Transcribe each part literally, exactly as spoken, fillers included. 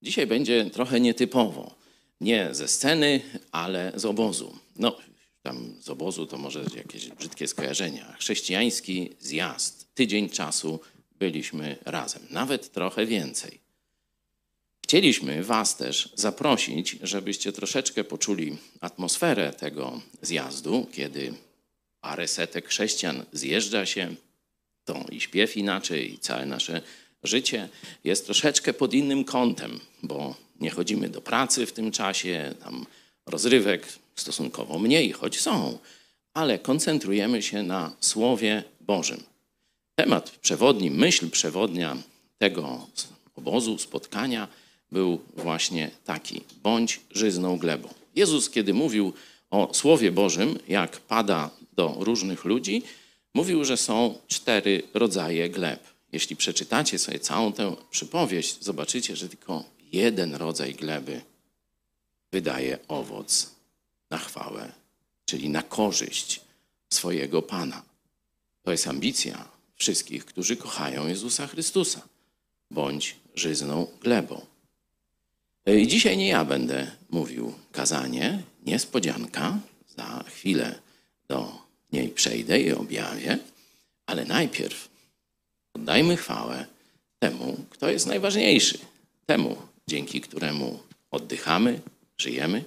Dzisiaj będzie trochę nietypowo. Nie ze sceny, ale z obozu. No, tam z obozu to może jakieś brzydkie skojarzenia. Chrześcijański zjazd. Tydzień czasu byliśmy razem. Nawet trochę więcej. Chcieliśmy was też zaprosić, żebyście troszeczkę poczuli atmosferę tego zjazdu, kiedy parę setek chrześcijan zjeżdża się, to i śpiew inaczej, i całe nasze życie jest troszeczkę pod innym kątem, bo nie chodzimy do pracy w tym czasie, tam rozrywek stosunkowo mniej, choć są, ale koncentrujemy się na Słowie Bożym. Temat przewodni, myśl przewodnia tego obozu, spotkania był właśnie taki: bądź żyzną glebą. Jezus, kiedy mówił o Słowie Bożym, jak pada do różnych ludzi, mówił, że są cztery rodzaje gleb. Jeśli przeczytacie sobie całą tę przypowieść, zobaczycie, że tylko jeden rodzaj gleby wydaje owoc na chwałę, czyli na korzyść swojego Pana. To jest ambicja wszystkich, którzy kochają Jezusa Chrystusa. Bądź żyzną glebą. I dzisiaj nie ja będę mówił kazanie, niespodzianka, za chwilę do niej przejdę i objawię, ale najpierw oddajmy chwałę temu, kto jest najważniejszy, temu, dzięki któremu oddychamy, żyjemy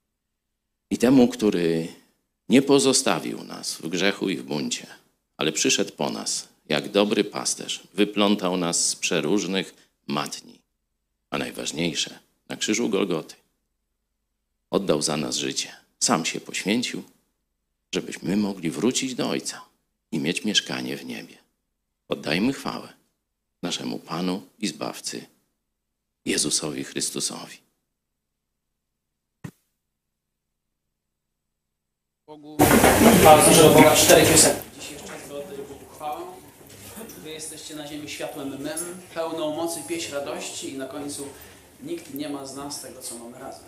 i temu, który nie pozostawił nas w grzechu i w buncie, ale przyszedł po nas jak dobry pasterz, wyplątał nas z przeróżnych matni, a najważniejsze, na krzyżu Golgoty oddał za nas życie, sam się poświęcił, żebyśmy mogli wrócić do Ojca i mieć mieszkanie w niebie. Oddajmy chwałę naszemu Panu i Zbawcy, Jezusowi Chrystusowi. Bogu bardzo Boga cztery piosenki. Dzisiaj czas do oddać Bogu chwałę. Wy jesteście na ziemi światłem mym, pełną mocy pieśń radości i na końcu nikt nie ma z nas tego, co mamy razem.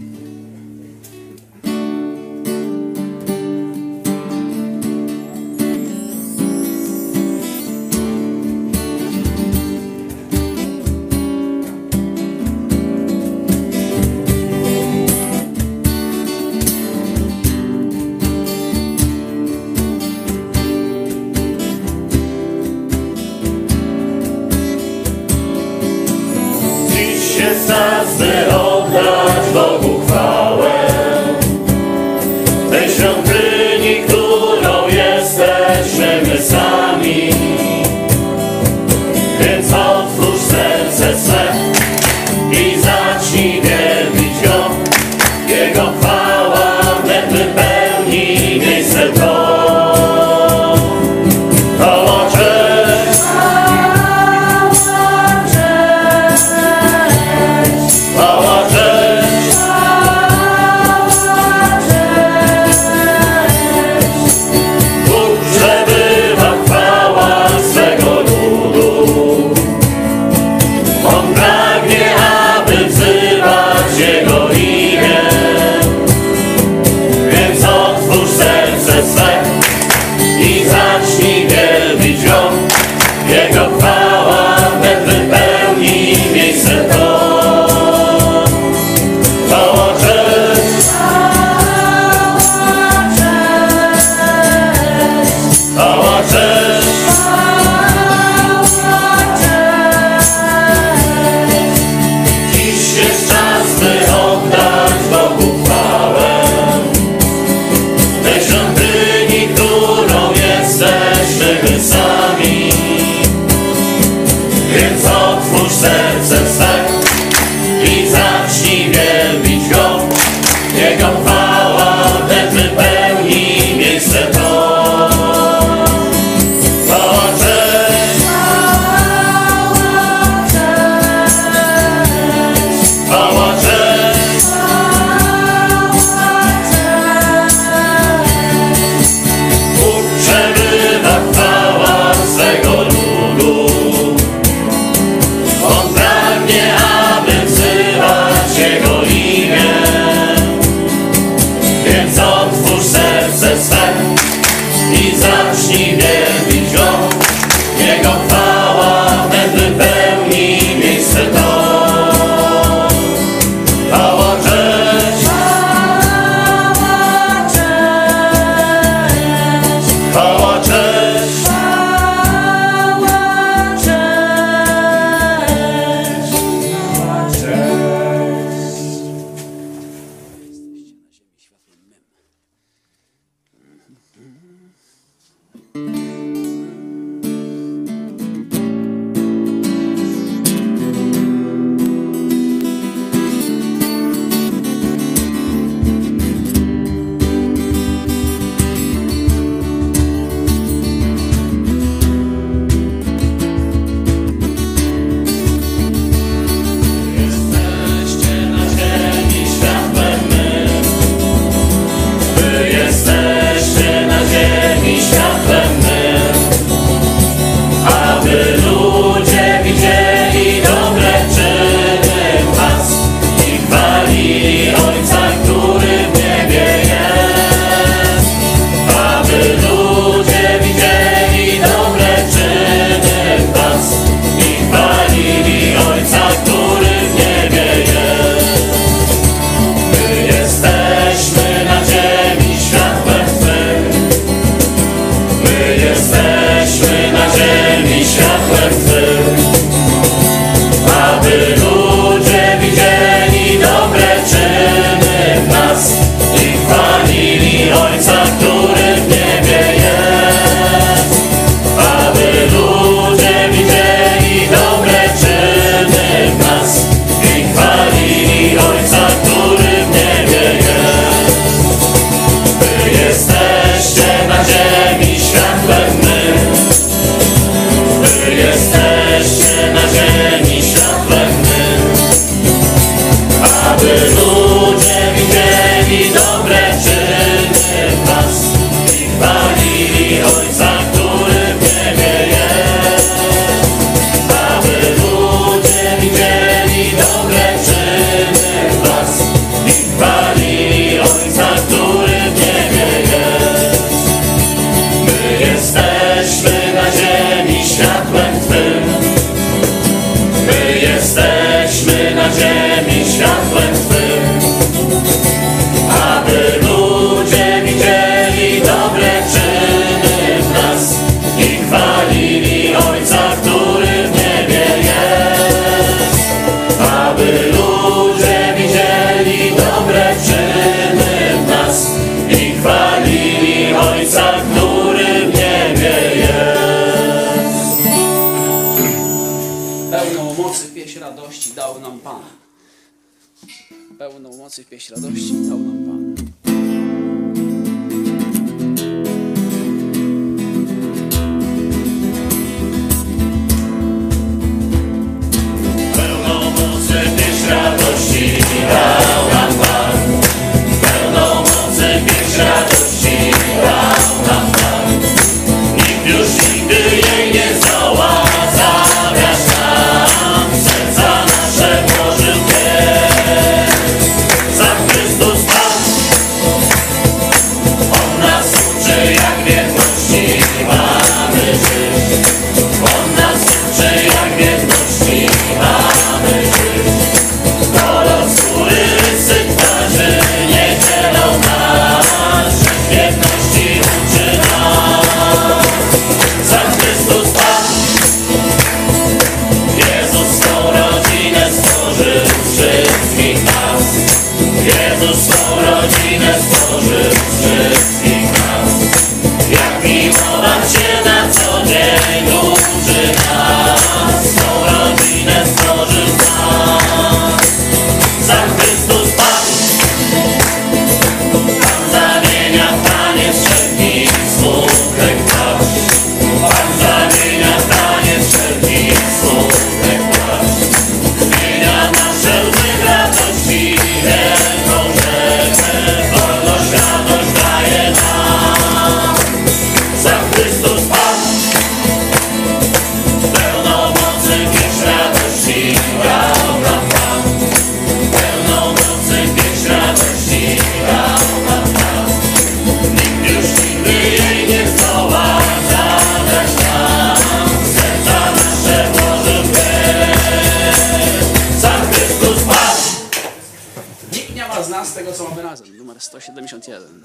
Czas, by oddać Bogu chwałę, tej świątyni, którą jesteśmy my sami. Więc otwórz serce swe i zacznij wielbić Go. Jego chwała wnet wypełni miejsce to. światłem Twym, aby ludzie widzieli dobre czyny w nas i chwalili Ojca, który w niebie jest. Aby ludzie widzieli dobre czyny w nas i chwalili Ojca, który w niebie jest. Wy jesteście na ziemi światłem mym. Wy jesteście na ziemi światłem mym. Aby ludzie widzieli dobre czyny w nas i chwalili Ojca, który w niebie jest. Aby ludzie widzieli dobre czyny w nas i chwalili Ojca, który w niebie jest. My jesteśmy na ziemi światłem Twym. My jesteśmy na ziemi światłem Twym. Aby ludzie widzieli dobre czyny w nas i chwalili Ojca, który w niebie jest. Aby ludzie widzieli dobre czyny w nas i chwalili Ojca, który w niebie jest. Pełną mocy pieśń radości dał nam Pan. Pełną mocy pieśń radości dał nam Pan. Pełną mocy pieśń radości dał nam Pan. Pełną mocy pieśń radości dał nam Pan. Nikt już nigdy jej nie zdoła zabrać nam. Serca nasze włożył pies. Sam Chrystus Pan. On nas uczy, jak wierności mamy żyć. On nas uczy, jak wierności mamy żyć. Kolor skóry, rysy twarzy nie dzielą nas, że wierności uczy nas. Sam Chrystus Pan. Jezus swą rodzinę stworzył wszystkich nas. Jezus swą rodzinę stworzył wszystkich nas. Jak miłować się na co dzień uczy nas. Swą rodzinę stworzył nas. Sam Chrystus Pan. Pan zamienia w taniec wszelki smutek płacz. Pan zamienia w taniec wszelki smutek płacz. Zmienia nasze łzy w radości wielką rzekę. Wolność, radość daje nam. Sam Chrystus Pan. Pełną mocy pieśń radości dał nam Pan. Pełną mocy pieśń radości dał nam Pan. Nikt już nigdy jej nie zdoła zabrać nam. Serca nasze włożył pies. Sam Chrystus Pan. Nikt nie ma z nas tego, co mamy razem. Numer sto siedemdziesiąt jeden.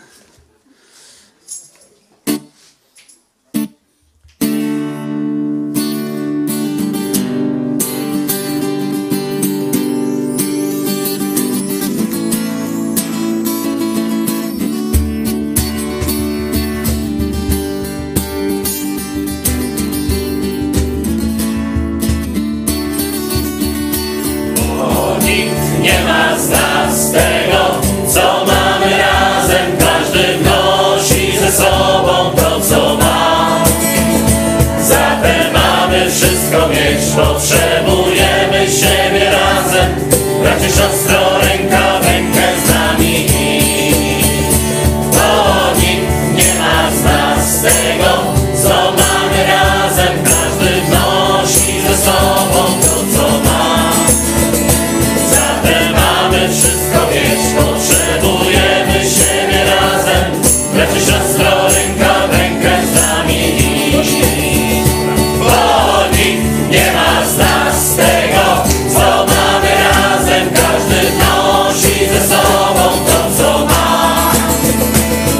Bo nikt nie ma z nas tego, co mamy razem. Każdy wnosi ze sobą to, co ma. Zatem mamy wszystko mieć, potrzebujemy siebie razem. Bracie, siostro, ręka w rękę z nami iść. Bo nikt nie ma z nas tego, co mamy razem. Każdy wnosi ze sobą to, co ma. Zatem mamy wszystko mieć, potrzebujemy siebie razem. Bracie, siostro, ręka w rękę z nami iść. Bo nikt nie ma z nas tego, co mamy razem. Każdy wnosi ze sobą to, co ma.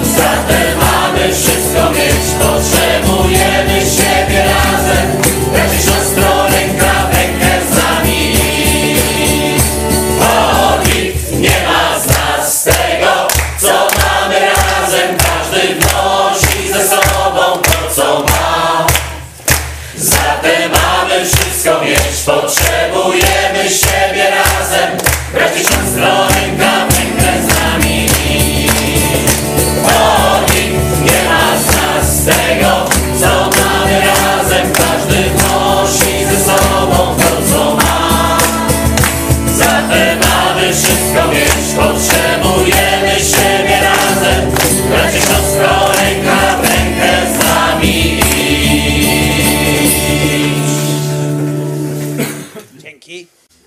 Zatem mamy wszystko mieć, potrzebujemy siebie razem. Potrzebujemy siebie razem, bracie, siostro, ręka w rękę z nami. Bo nikt nie ma z nas tego, co mamy razem. Każdy nosi ze sobą to, co ma. Zatem, aby wszystko mieć, potrzebujemy siebie razem, bracie, siostro, ręka w rękę z nami. Dzięki.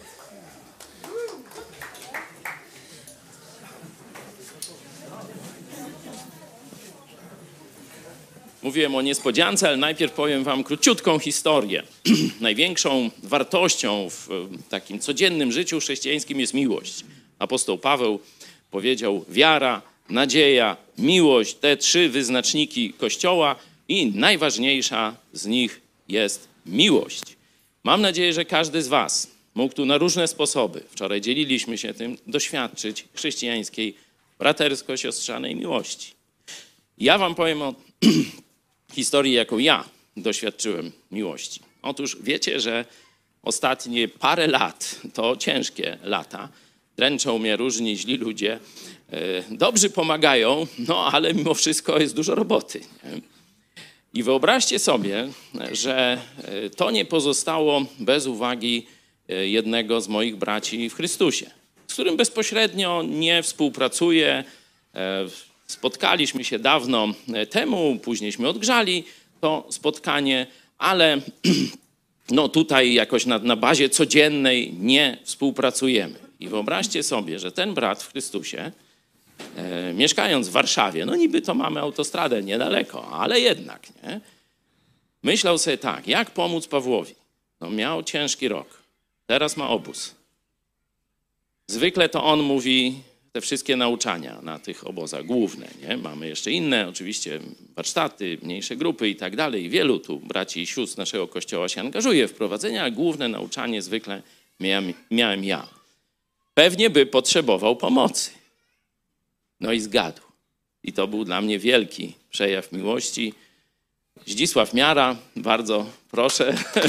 Mówiłem o niespodziance, ale najpierw powiem wam króciutką historię. Największą wartością w takim codziennym życiu chrześcijańskim jest miłość. Apostoł Paweł powiedział: wiara, nadzieja, miłość, te trzy wyznaczniki Kościoła i najważniejsza z nich jest miłość. Mam nadzieję, że każdy z was mógł tu na różne sposoby, wczoraj dzieliliśmy się tym, doświadczyć chrześcijańskiej, bratersko-siostrzanej miłości. Ja wam powiem o historii, jaką ja doświadczyłem miłości. Otóż wiecie, że ostatnie parę lat to ciężkie lata. Dręczą mnie różni źli ludzie. Dobrzy pomagają, no ale mimo wszystko jest dużo roboty. Nie? I wyobraźcie sobie, że to nie pozostało bez uwagi jednego z moich braci w Chrystusie, z którym bezpośrednio nie współpracuję. Spotkaliśmy się dawno temu, późniejśmy odgrzali to spotkanie, ale no tutaj jakoś na, na bazie codziennej nie współpracujemy. I wyobraźcie sobie, że ten brat w Chrystusie, e, mieszkając w Warszawie, no niby to mamy autostradę niedaleko, ale jednak, nie? Myślał sobie tak, jak pomóc Pawłowi? No miał ciężki rok, teraz ma obóz. Zwykle to on mówi te wszystkie nauczania na tych obozach główne, nie? Mamy jeszcze inne, oczywiście warsztaty, mniejsze grupy i tak dalej. Wielu tu braci i sióstr naszego Kościoła się angażuje w prowadzenie, a główne nauczanie zwykle miałem, miałem ja. Pewnie by potrzebował pomocy. No i zgadł. I to był dla mnie wielki przejaw miłości. Zdzisław Miara, bardzo proszę.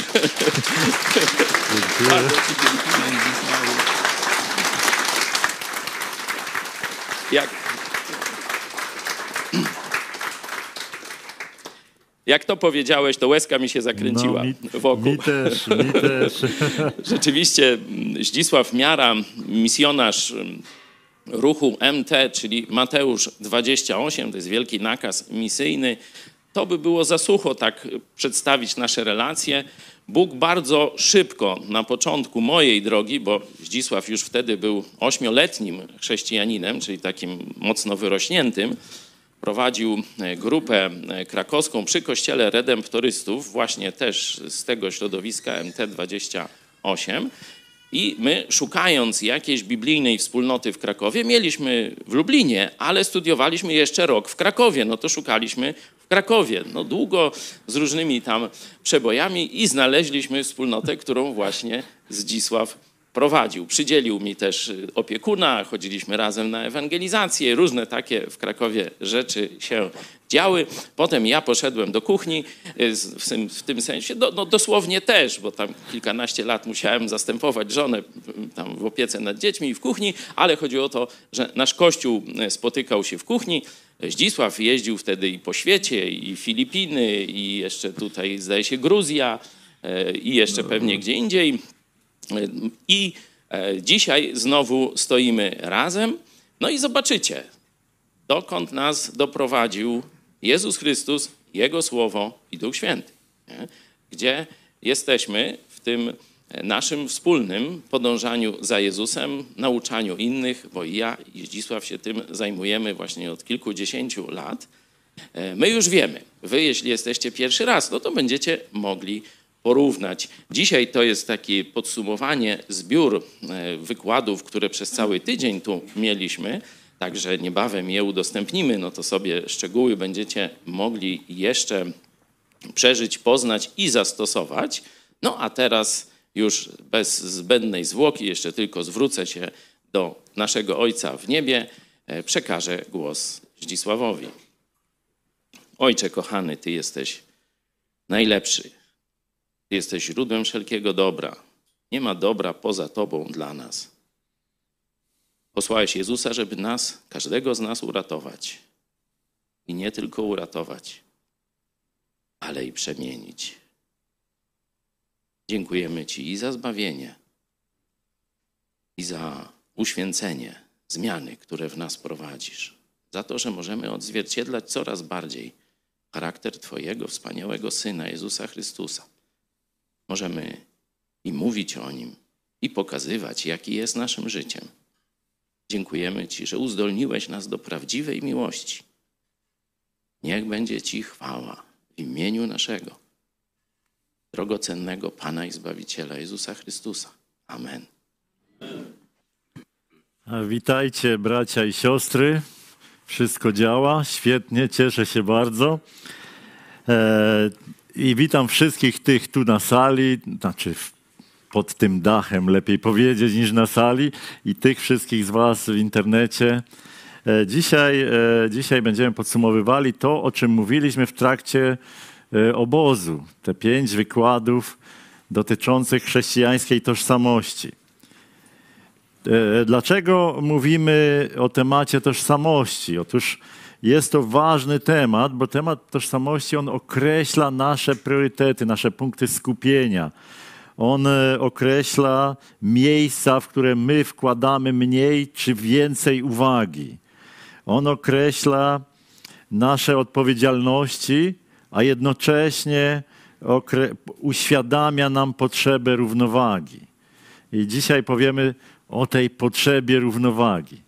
Bardzo ci dziękuję, Zdzisławie. Jak, jak to powiedziałeś, to łezka mi się zakręciła no, mi, wokół. Mi też, mi też. Rzeczywiście Zdzisław Miara, misjonarz ruchu M T, czyli Mateusz dwadzieścia osiem, to jest wielki nakaz misyjny. To by było za sucho tak przedstawić nasze relacje. Bóg bardzo szybko na początku mojej drogi, bo Zdzisław już wtedy był ośmioletnim chrześcijaninem, czyli takim mocno wyrośniętym, prowadził grupę krakowską przy Kościele Redemptorystów, właśnie też z tego środowiska M T dwadzieścia osiem. I my, szukając jakiejś biblijnej wspólnoty w Krakowie, mieliśmy w Lublinie, ale studiowaliśmy jeszcze rok w Krakowie, no to szukaliśmy w Krakowie. No długo z różnymi tam przebojami i znaleźliśmy wspólnotę, którą właśnie Zdzisław prowadził. Przydzielił mi też opiekuna, chodziliśmy razem na ewangelizację, różne takie w Krakowie rzeczy się działy. Potem ja poszedłem do kuchni, w tym, w tym sensie, do, no dosłownie też, bo tam kilkanaście lat musiałem zastępować żonę tam w opiece nad dziećmi i w kuchni, ale chodziło o to, że nasz Kościół spotykał się w kuchni. Zdzisław jeździł wtedy i po świecie, i Filipiny, i jeszcze tutaj zdaje się Gruzja, i jeszcze pewnie gdzie indziej. I dzisiaj znowu stoimy razem. No i zobaczycie, dokąd nas doprowadził Jezus Chrystus, Jego Słowo i Duch Święty. Nie? Gdzie jesteśmy w tym naszym wspólnym podążaniu za Jezusem, nauczaniu innych, bo i ja i Zdzisław się tym zajmujemy właśnie od kilkudziesięciu lat. My już wiemy, wy jeśli jesteście pierwszy raz, no to będziecie mogli porównać. Dzisiaj to jest takie podsumowanie, zbiór wykładów, które przez cały tydzień tu mieliśmy, także niebawem je udostępnimy, no to sobie szczegóły będziecie mogli jeszcze przeżyć, poznać i zastosować. No a teraz już bez zbędnej zwłoki, jeszcze tylko zwrócę się do naszego Ojca w niebie, przekażę głos Zdzisławowi. Ojcze kochany, Ty jesteś najlepszy. Ty jesteś źródłem wszelkiego dobra. Nie ma dobra poza Tobą dla nas. Posłałeś Jezusa, żeby nas, każdego z nas uratować. I nie tylko uratować, ale i przemienić. Dziękujemy Ci i za zbawienie, i za uświęcenie, zmiany, które w nas prowadzisz. Za to, że możemy odzwierciedlać coraz bardziej charakter Twojego wspaniałego Syna, Jezusa Chrystusa. Możemy i mówić o Nim, i pokazywać, jaki jest naszym życiem. Dziękujemy Ci, że uzdolniłeś nas do prawdziwej miłości. Niech będzie Ci chwała w imieniu naszego drogocennego Pana i Zbawiciela Jezusa Chrystusa. Amen. Witajcie bracia i siostry. Wszystko działa, świetnie, cieszę się bardzo. E, I witam wszystkich tych tu na sali, znaczy pod tym dachem, lepiej powiedzieć niż na sali, i tych wszystkich z was w internecie. E, dzisiaj, e, dzisiaj będziemy podsumowywali to, o czym mówiliśmy w trakcie e, obozu. Te pięć wykładów dotyczących chrześcijańskiej tożsamości. Dlaczego mówimy o temacie tożsamości? Otóż jest to ważny temat, bo temat tożsamości, on określa nasze priorytety, nasze punkty skupienia. On określa miejsca, w które my wkładamy mniej czy więcej uwagi. On określa nasze odpowiedzialności, a jednocześnie uświadamia nam potrzebę równowagi. I dzisiaj powiemy o tej potrzebie równowagi.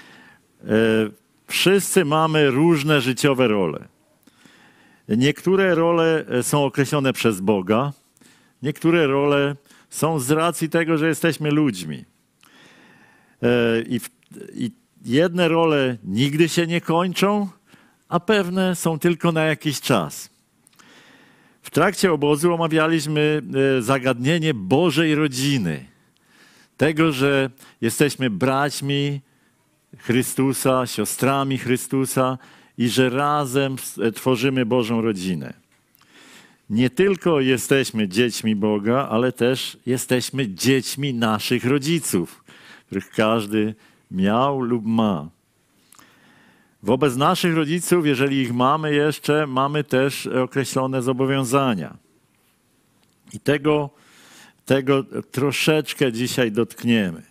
Wszyscy mamy różne życiowe role. Niektóre role są określone przez Boga, niektóre role są z racji tego, że jesteśmy ludźmi. I, i jedne role nigdy się nie kończą, a pewne są tylko na jakiś czas. W trakcie obozu omawialiśmy zagadnienie Bożej rodziny. Tego, że jesteśmy braćmi Chrystusa, siostrami Chrystusa i że razem tworzymy Bożą rodzinę. Nie tylko jesteśmy dziećmi Boga, ale też jesteśmy dziećmi naszych rodziców, których każdy miał lub ma. Wobec naszych rodziców, jeżeli ich mamy jeszcze, mamy też określone zobowiązania. I tego Tego troszeczkę dzisiaj dotkniemy.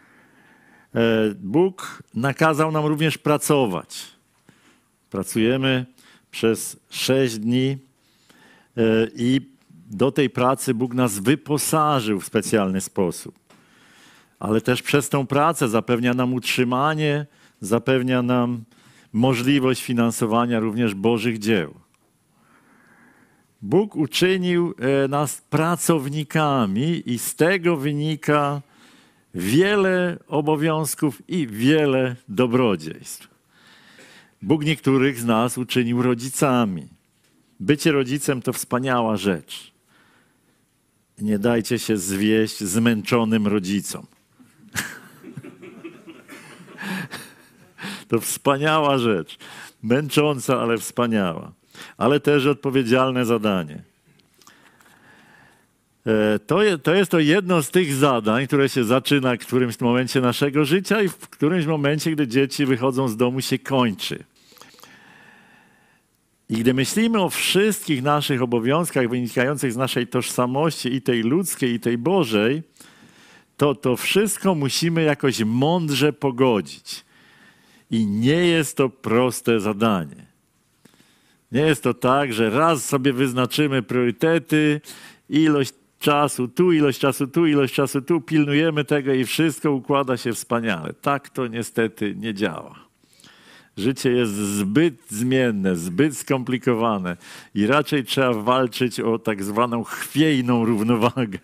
Bóg nakazał nam również pracować. Pracujemy przez sześć dni i do tej pracy Bóg nas wyposażył w specjalny sposób. Ale też przez tą pracę zapewnia nam utrzymanie, zapewnia nam możliwość finansowania również Bożych dzieł. Bóg uczynił nas pracownikami i z tego wynika wiele obowiązków i wiele dobrodziejstw. Bóg niektórych z nas uczynił rodzicami. Bycie rodzicem to wspaniała rzecz. Nie dajcie się zwieść zmęczonym rodzicom. To wspaniała rzecz. Męcząca, ale wspaniała. Ale też odpowiedzialne zadanie. To, je, to jest to jedno z tych zadań, które się zaczyna w którymś momencie naszego życia i w którymś momencie, gdy dzieci wychodzą z domu, się kończy. I gdy myślimy o wszystkich naszych obowiązkach wynikających z naszej tożsamości, i tej ludzkiej, i tej Bożej, to to wszystko musimy jakoś mądrze pogodzić. I nie jest to proste zadanie. Nie jest to tak, że raz sobie wyznaczymy priorytety, ilość czasu tu, ilość czasu tu, ilość czasu tu, pilnujemy tego i wszystko układa się wspaniale. Tak to niestety nie działa. Życie jest zbyt zmienne, zbyt skomplikowane i raczej trzeba walczyć o tak zwaną chwiejną równowagę.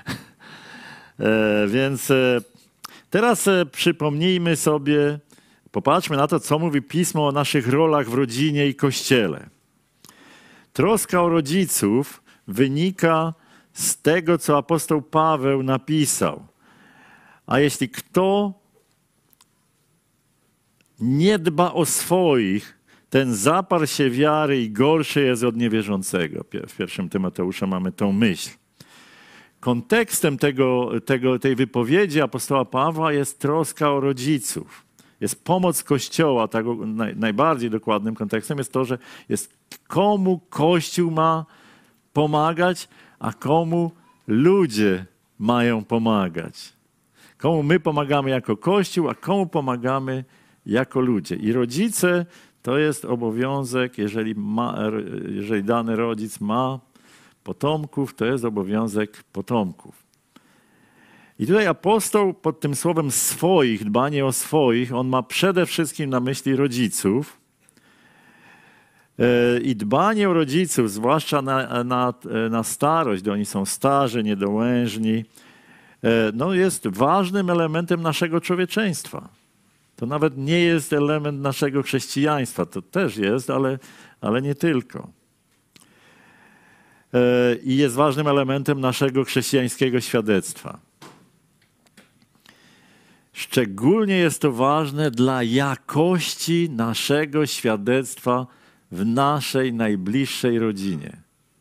e, więc e, teraz e, przypomnijmy sobie, popatrzmy na to, co mówi Pismo o naszych rolach w rodzinie i Kościele. Troska o rodziców wynika z tego, co apostoł Paweł napisał. A jeśli kto nie dba o swoich, ten zaparł się wiary i gorszy jest od niewierzącego. W pierwszym Tymoteusza mamy tą myśl. kontekstem tego, tego, tej wypowiedzi apostoła Pawła jest troska o rodziców. Jest pomoc Kościoła, tak naj, najbardziej dokładnym kontekstem jest to, że jest komu Kościół ma pomagać, a komu ludzie mają pomagać. Komu my pomagamy jako Kościół, a komu pomagamy jako ludzie. I rodzice to jest obowiązek, jeżeli, ma, jeżeli dany rodzic ma potomków, to jest obowiązek potomków. I tutaj apostoł pod tym słowem swoich, dbanie o swoich, on ma przede wszystkim na myśli rodziców. I dbanie o rodziców, zwłaszcza na, na, na starość, gdy oni są starzy, niedołężni, no jest ważnym elementem naszego człowieczeństwa. To nawet nie jest element naszego chrześcijaństwa. To też jest, ale, ale nie tylko. I jest ważnym elementem naszego chrześcijańskiego świadectwa. Szczególnie jest to ważne dla jakości naszego świadectwa w naszej najbliższej rodzinie.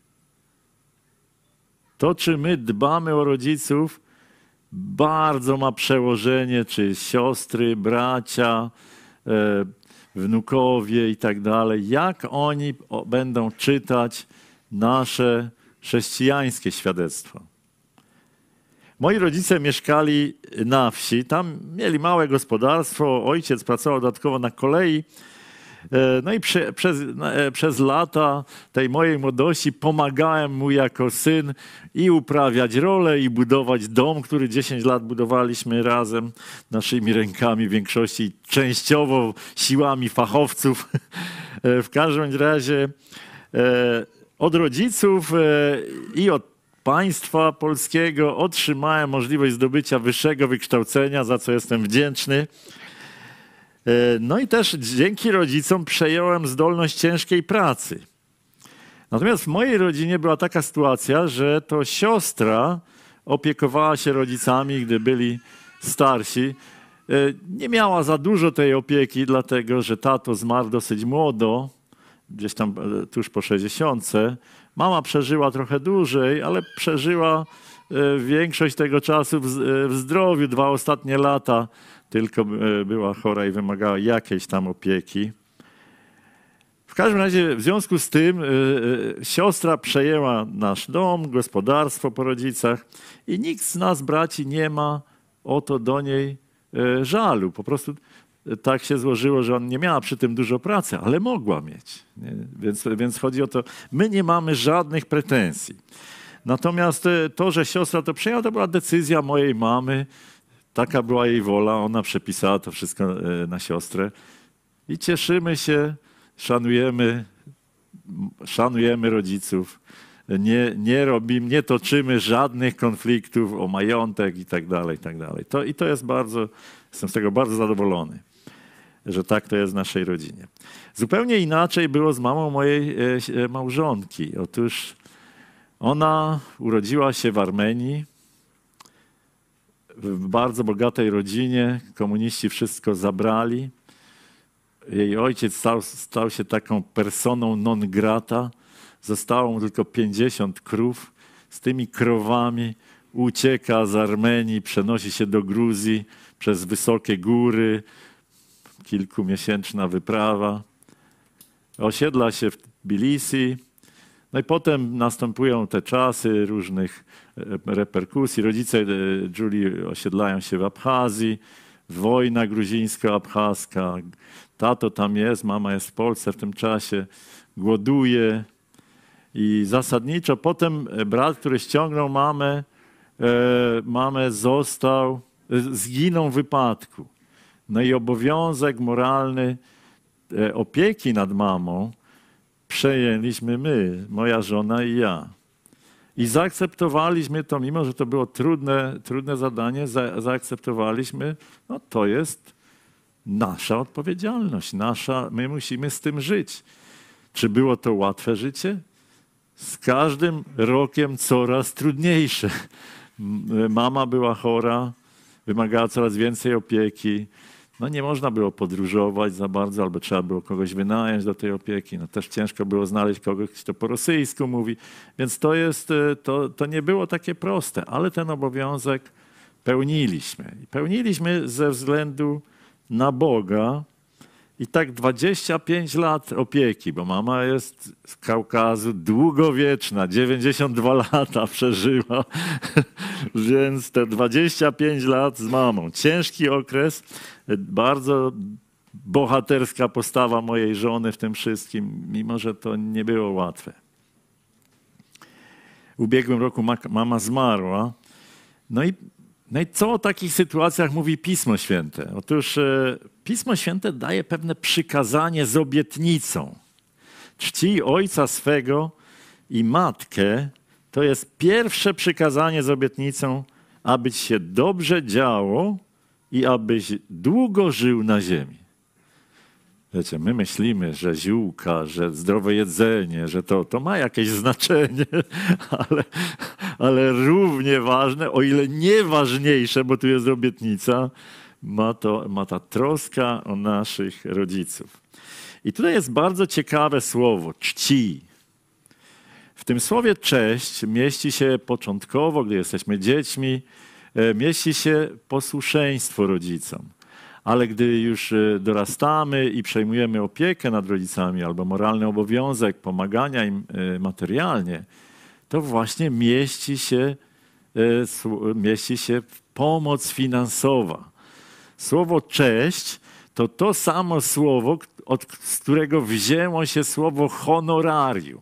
To, czy my dbamy o rodziców, bardzo ma przełożenie, czy siostry, bracia, e, wnukowie i tak dalej, jak oni będą czytać nasze chrześcijańskie świadectwo. Moi rodzice mieszkali na wsi, tam mieli małe gospodarstwo, ojciec pracował dodatkowo na kolei. No i prze, przez, przez lata tej mojej młodości pomagałem mu jako syn i uprawiać rolę, i budować dom, który dziesięć lat budowaliśmy razem naszymi rękami, w większości częściowo siłami fachowców. W każdym razie od rodziców i od państwa polskiego otrzymałem możliwość zdobycia wyższego wykształcenia, za co jestem wdzięczny. No i też dzięki rodzicom przejąłem zdolność ciężkiej pracy. Natomiast w mojej rodzinie była taka sytuacja, że to siostra opiekowała się rodzicami, gdy byli starsi. Nie miała za dużo tej opieki, dlatego że tato zmarł dosyć młodo, gdzieś tam tuż po sześćdziesiątce. Mama przeżyła trochę dłużej, ale przeżyła większość tego czasu w zdrowiu, dwa ostatnie lata tylko była chora i wymagała jakiejś tam opieki. W każdym razie w związku z tym siostra przejęła nasz dom, gospodarstwo po rodzicach i nikt z nas, braci, nie ma o to do niej żalu. Po prostu tak się złożyło, że on nie miała przy tym dużo pracy, ale mogła mieć. Nie? Więc, więc chodzi o to, my nie mamy żadnych pretensji. Natomiast to, że siostra to przejęła, to była decyzja mojej mamy. Taka była jej wola, ona przepisała to wszystko na siostrę. I cieszymy się, szanujemy, szanujemy rodziców. Nie, nie robimy, nie toczymy żadnych konfliktów o majątek i tak dalej, i tak dalej. To, I to jest bardzo, jestem z tego bardzo zadowolony, że tak to jest w naszej rodzinie. Zupełnie inaczej było z mamą mojej małżonki. Otóż ona urodziła się w Armenii, w bardzo bogatej rodzinie. Komuniści wszystko zabrali. Jej ojciec stał, stał się taką personą non grata. Zostało mu tylko pięćdziesiąt krów. Z tymi krowami ucieka z Armenii, przenosi się do Gruzji przez wysokie góry. Kilkumiesięczna wyprawa. Osiedla się w Tbilisi. No i potem następują te czasy różnych reperkusji. Rodzice Julii osiedlają się w Abchazji. Wojna gruzińsko-abchaska. Tato tam jest, mama jest w Polsce w tym czasie. Głoduje. I zasadniczo potem brat, który ściągnął mamę, mamę został, zginął w wypadku. No i obowiązek moralny opieki nad mamą przejęliśmy my, moja żona i ja. I zaakceptowaliśmy to, mimo że to było trudne, trudne zadanie, za, zaakceptowaliśmy, no to jest nasza odpowiedzialność, nasza, my musimy z tym żyć. Czy było to łatwe życie? Z każdym rokiem coraz trudniejsze. Mama była chora, wymagała coraz więcej opieki. No nie można było podróżować za bardzo, albo trzeba było kogoś wynająć do tej opieki. No też ciężko było znaleźć kogoś, kto po rosyjsku mówi. Więc to, jest, to, to nie było takie proste, ale ten obowiązek pełniliśmy. I pełniliśmy ze względu na Boga. I tak dwadzieścia pięć lat opieki, bo mama jest z Kaukazu długowieczna, dziewięćdziesiąt dwa lata przeżyła, więc te dwadzieścia pięć lat z mamą. Ciężki okres, bardzo bohaterska postawa mojej żony w tym wszystkim, mimo że to nie było łatwe. W ubiegłym roku mama zmarła. No i No i co o takich sytuacjach mówi Pismo Święte? Otóż e, Pismo Święte daje pewne przykazanie z obietnicą. Czcij ojca swego i matkę. To jest pierwsze przykazanie z obietnicą, aby ci się dobrze działo i abyś długo żył na ziemi. Wiecie, my myślimy, że ziółka, że zdrowe jedzenie, że to, to ma jakieś znaczenie, ale, ale równie ważne, o ile nie ważniejsze, bo tu jest obietnica, ma, to, ma ta troska o naszych rodziców. I tutaj jest bardzo ciekawe słowo, czci. W tym słowie cześć mieści się początkowo, gdy jesteśmy dziećmi, mieści się posłuszeństwo rodzicom. Ale gdy już dorastamy i przejmujemy opiekę nad rodzicami albo moralny obowiązek pomagania im materialnie, to właśnie mieści się, mieści się pomoc finansowa. Słowo cześć to to samo słowo, od, z którego wzięło się słowo honorarium.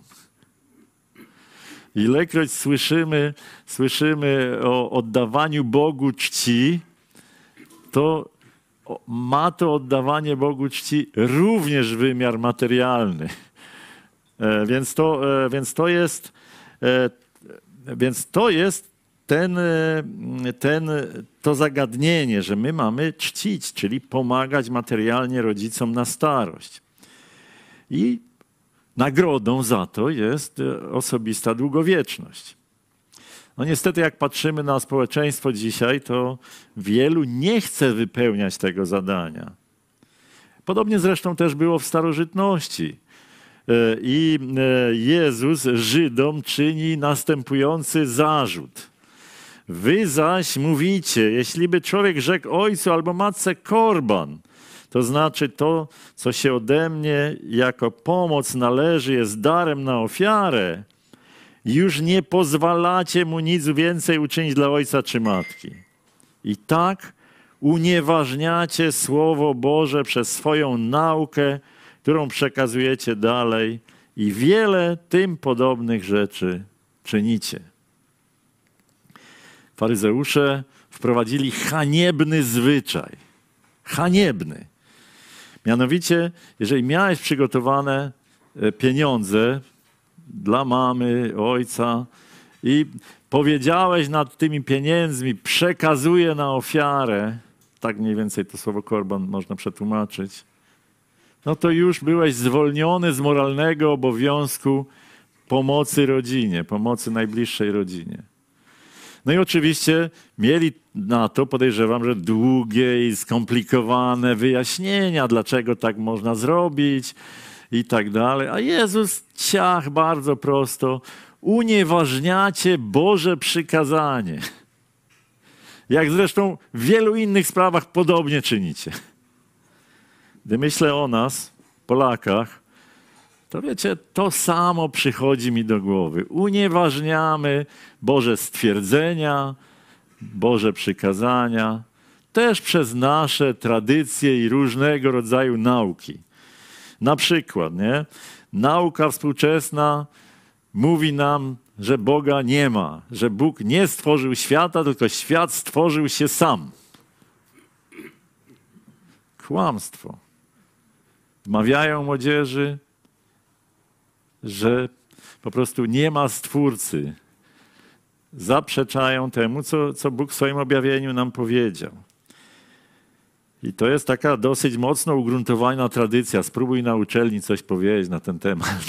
Ilekroć słyszymy, słyszymy o oddawaniu Bogu czci, to ma to oddawanie Bogu czci również wymiar materialny. E, więc, to, e, więc to jest, e, więc to jest ten, ten, to zagadnienie, że my mamy czcić, czyli pomagać materialnie rodzicom na starość. I nagrodą za to jest osobista długowieczność. No niestety, jak patrzymy na społeczeństwo dzisiaj, to wielu nie chce wypełniać tego zadania. Podobnie zresztą też było w starożytności. I Jezus Żydom czyni następujący zarzut. Wy zaś mówicie, jeśli by człowiek rzekł ojcu albo matce korban, to znaczy to, co się ode mnie jako pomoc należy, jest darem na ofiarę, już nie pozwalacie mu nic więcej uczynić dla ojca czy matki. I tak unieważniacie Słowo Boże przez swoją naukę, którą przekazujecie dalej i wiele tym podobnych rzeczy czynicie. Faryzeusze wprowadzili haniebny zwyczaj. Haniebny. Mianowicie, jeżeli miałeś przygotowane pieniądze dla mamy, ojca i powiedziałeś nad tymi pieniędzmi, przekazuję na ofiarę, tak mniej więcej to słowo korban można przetłumaczyć, no to już byłeś zwolniony z moralnego obowiązku pomocy rodzinie, pomocy najbliższej rodzinie. No i oczywiście mieli na to, podejrzewam, że długie i skomplikowane wyjaśnienia, dlaczego tak można zrobić i tak dalej. A Jezus ciach bardzo prosto, unieważniacie Boże przykazanie. Jak zresztą w wielu innych sprawach podobnie czynicie. Gdy myślę o nas, Polakach, to wiecie, to samo przychodzi mi do głowy. Unieważniamy Boże stwierdzenia, Boże przykazania, też przez nasze tradycje i różnego rodzaju nauki. Na przykład, nie? Nauka współczesna mówi nam, że Boga nie ma, że Bóg nie stworzył świata, tylko świat stworzył się sam. Kłamstwo. Wmawiają młodzieży, że po prostu nie ma Stwórcy. Zaprzeczają temu, co, co Bóg w swoim objawieniu nam powiedział. I to jest taka dosyć mocno ugruntowana tradycja. Spróbuj na uczelni coś powiedzieć na ten temat.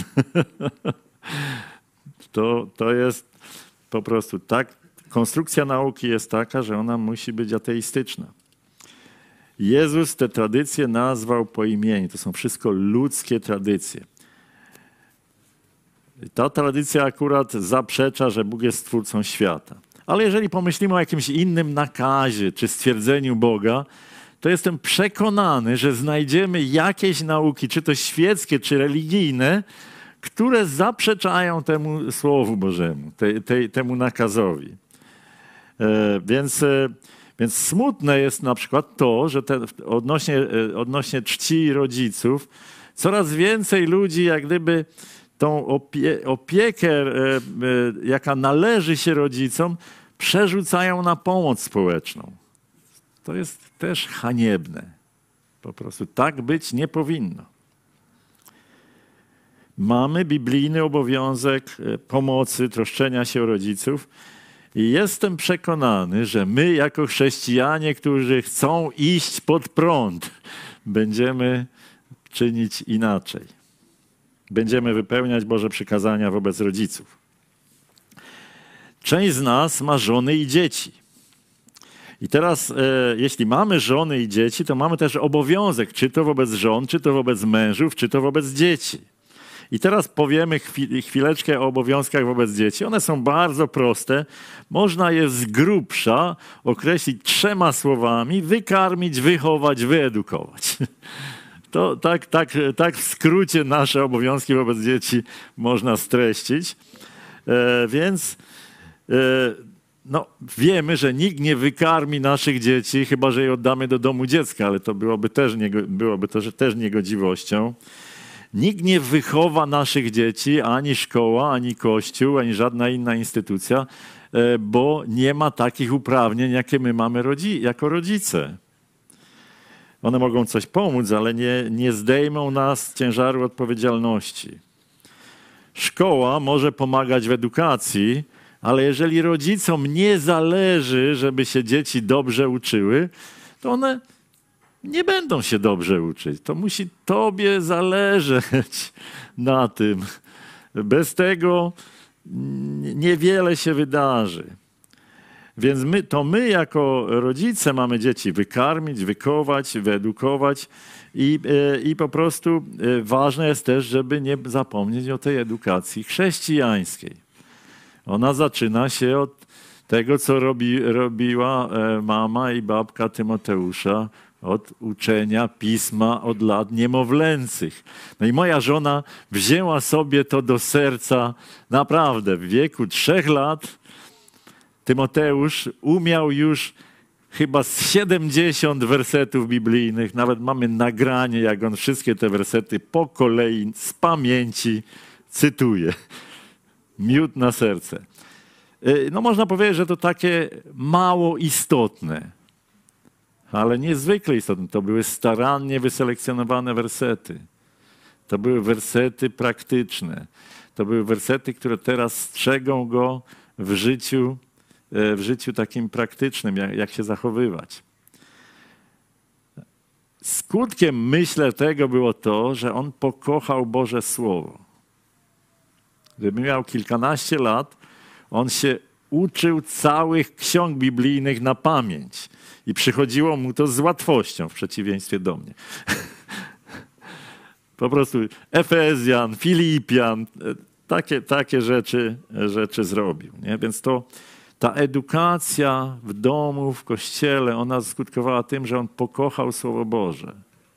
to, to jest po prostu tak. Konstrukcja nauki jest taka, że ona musi być ateistyczna. Jezus te tradycje nazwał po imieniu. To są wszystko ludzkie tradycje. Ta tradycja akurat zaprzecza, że Bóg jest stwórcą świata. Ale jeżeli pomyślimy o jakimś innym nakazie czy stwierdzeniu Boga, to jestem przekonany, że znajdziemy jakieś nauki, czy to świeckie, czy religijne, które zaprzeczają temu Słowu Bożemu, te, te, temu nakazowi. E, więc, e, więc smutne jest na przykład to, że te, odnośnie, e, odnośnie czci rodziców coraz więcej ludzi jak gdyby tą opie, opiekę, e, e, jaka należy się rodzicom, przerzucają na pomoc społeczną. To jest też haniebne. Po prostu tak być nie powinno. Mamy biblijny obowiązek pomocy, troszczenia się o rodziców i jestem przekonany, że my jako chrześcijanie, którzy chcą iść pod prąd, będziemy czynić inaczej. Będziemy wypełniać Boże przykazania wobec rodziców. Część z nas ma żony i dzieci. I teraz, e, jeśli mamy żony i dzieci, to mamy też obowiązek, czy to wobec żon, czy to wobec mężów, czy to wobec dzieci. I teraz powiemy chwil, chwileczkę o obowiązkach wobec dzieci. One są bardzo proste. Można je z grubsza określić trzema słowami: wykarmić, wychować, wyedukować. To tak, tak, tak w skrócie nasze obowiązki wobec dzieci można streścić. E, więc e, no, wiemy, że nikt nie wykarmi naszych dzieci, chyba że je oddamy do domu dziecka, ale to byłoby też, niego, byłoby to też niegodziwością. Nikt nie wychowa naszych dzieci, ani szkoła, ani kościół, ani żadna inna instytucja, e, bo nie ma takich uprawnień, jakie my mamy rodzi- jako rodzice. One mogą coś pomóc, ale nie, nie zdejmą nas z ciężaru odpowiedzialności. Szkoła może pomagać w edukacji, ale jeżeli rodzicom nie zależy, żeby się dzieci dobrze uczyły, to one nie będą się dobrze uczyć. To musi tobie zależeć na tym. Bez tego niewiele się wydarzy. Więc my, to my jako rodzice mamy dzieci wykarmić, wychować, wyedukować i, i po prostu ważne jest też, żeby nie zapomnieć o tej edukacji chrześcijańskiej. Ona zaczyna się od tego, co robi, robiła mama i babka Tymoteusza, od uczenia pisma od lat niemowlęcych. No i moja żona wzięła sobie to do serca naprawdę w wieku trzech lat. Tymoteusz umiał już chyba z siedemdziesiąt wersetów biblijnych. Nawet mamy nagranie, jak on wszystkie te wersety po kolei z pamięci cytuje. Miód na serce. No można powiedzieć, że to takie mało istotne, ale niezwykle istotne. To były starannie wyselekcjonowane wersety. To były wersety praktyczne. To były wersety, które teraz strzegą go w życiu, w życiu takim praktycznym, jak, jak się zachowywać. Skutkiem, myślę, tego było to, że on pokochał Boże Słowo. Gdyby miał kilkanaście lat, on się uczył całych ksiąg biblijnych na pamięć. I przychodziło mu to z łatwością, w przeciwieństwie do mnie. Po prostu Efezjan, Filipian, takie, takie rzeczy, rzeczy zrobił. Nie? Więc to ta edukacja w domu, w kościele, ona skutkowała tym, że on pokochał Słowo Boże.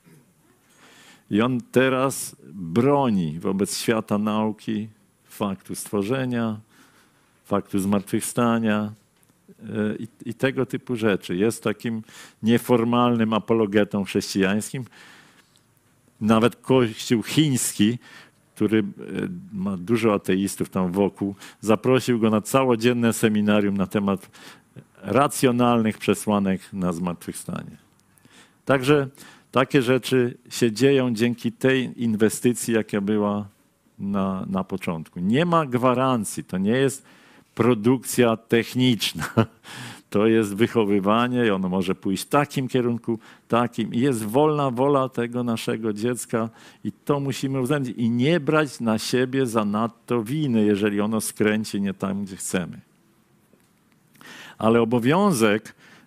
I on teraz broni wobec świata nauki faktu stworzenia, faktu zmartwychwstania i, i tego typu rzeczy. Jest takim nieformalnym apologetą chrześcijańskim. Nawet Kościół chiński, który ma dużo ateistów tam wokół, zaprosił go na całodzienne seminarium na temat racjonalnych przesłanek na zmartwychwstanie. Także takie rzeczy się dzieją dzięki tej inwestycji, jaka była na, na początku. Nie ma gwarancji, to nie jest produkcja techniczna. To jest wychowywanie i ono może pójść w takim kierunku, takim. I jest wolna wola tego naszego dziecka i to musimy uwzględnić. I nie brać na siebie zanadto winy, jeżeli ono skręci nie tam, gdzie chcemy. Ale obowiązek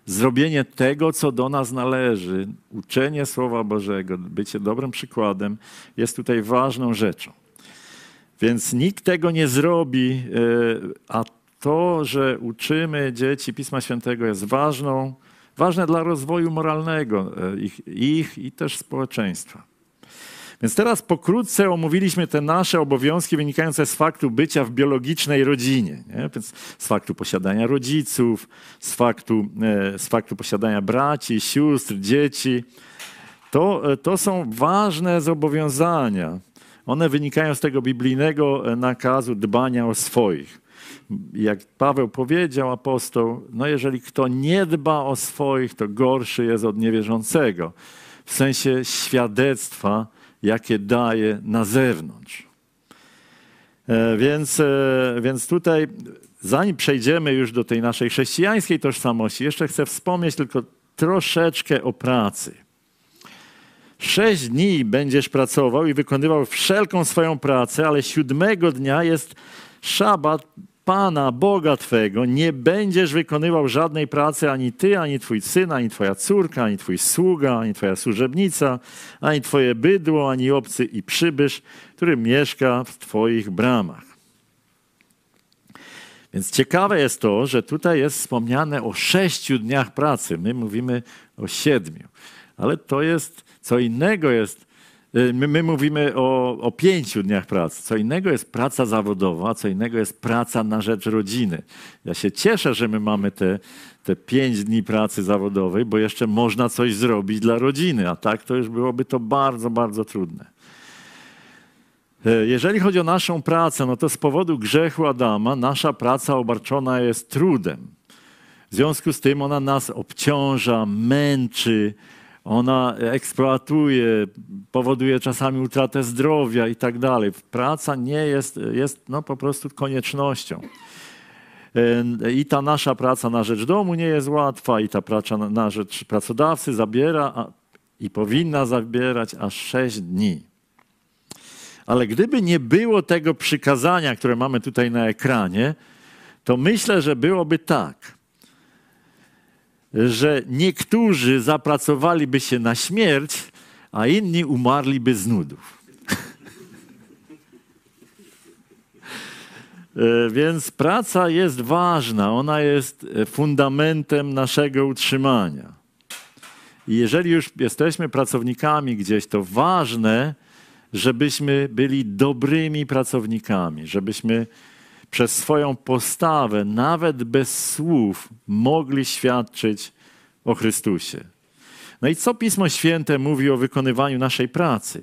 zrobienie tego, co do nas należy, uczenie Słowa Bożego, bycie dobrym przykładem jest tutaj ważną rzeczą. Więc nikt tego nie zrobi, a to, że uczymy dzieci Pisma Świętego jest ważną, ważne dla rozwoju moralnego ich, ich i też społeczeństwa. Więc teraz pokrótce omówiliśmy te nasze obowiązki wynikające z faktu bycia w biologicznej rodzinie. Nie? Więc z faktu posiadania rodziców, z faktu, z faktu posiadania braci, sióstr, dzieci. To, to są ważne zobowiązania. One wynikają z tego biblijnego nakazu dbania o swoich. Jak Paweł powiedział, apostoł, no jeżeli kto nie dba o swoich, to gorszy jest od niewierzącego. W sensie świadectwa, jakie daje na zewnątrz. E, więc, e, więc tutaj, zanim przejdziemy już do tej naszej chrześcijańskiej tożsamości, jeszcze chcę wspomnieć tylko troszeczkę o pracy. Sześć dni będziesz pracował i wykonywał wszelką swoją pracę, ale siódmego dnia jest szabat Pana, Boga Twego. Nie będziesz wykonywał żadnej pracy, ani ty, ani twój syn, ani twoja córka, ani twój sługa, ani twoja służebnica, ani twoje bydło, ani obcy i przybysz, który mieszka w twoich bramach. Więc ciekawe jest to, że tutaj jest wspomniane o sześciu dniach pracy. My mówimy o siedmiu. Ale to jest, co innego jest, my, my mówimy o, o pięciu dniach pracy. Co innego jest praca zawodowa, a co innego jest praca na rzecz rodziny. Ja się cieszę, że my mamy te, te pięć dni pracy zawodowej, bo jeszcze można coś zrobić dla rodziny, a tak to już byłoby to bardzo, bardzo trudne. Jeżeli chodzi o naszą pracę, no to z powodu grzechu Adama nasza praca obarczona jest trudem. W związku z tym ona nas obciąża, męczy, ona eksploatuje, powoduje czasami utratę zdrowia i tak dalej. Praca nie jest, jest no po prostu koniecznością. I ta nasza praca na rzecz domu nie jest łatwa, i ta praca na rzecz pracodawcy zabiera a, i powinna zabierać aż sześć dni. Ale gdyby nie było tego przykazania, które mamy tutaj na ekranie, to myślę, że byłoby tak, że niektórzy zapracowaliby się na śmierć, a inni umarliby z nudów. Więc praca jest ważna, ona jest fundamentem naszego utrzymania. I jeżeli już jesteśmy pracownikami gdzieś, to ważne, żebyśmy byli dobrymi pracownikami, żebyśmy przez swoją postawę, nawet bez słów, mogli świadczyć o Chrystusie. No i co Pismo Święte mówi o wykonywaniu naszej pracy?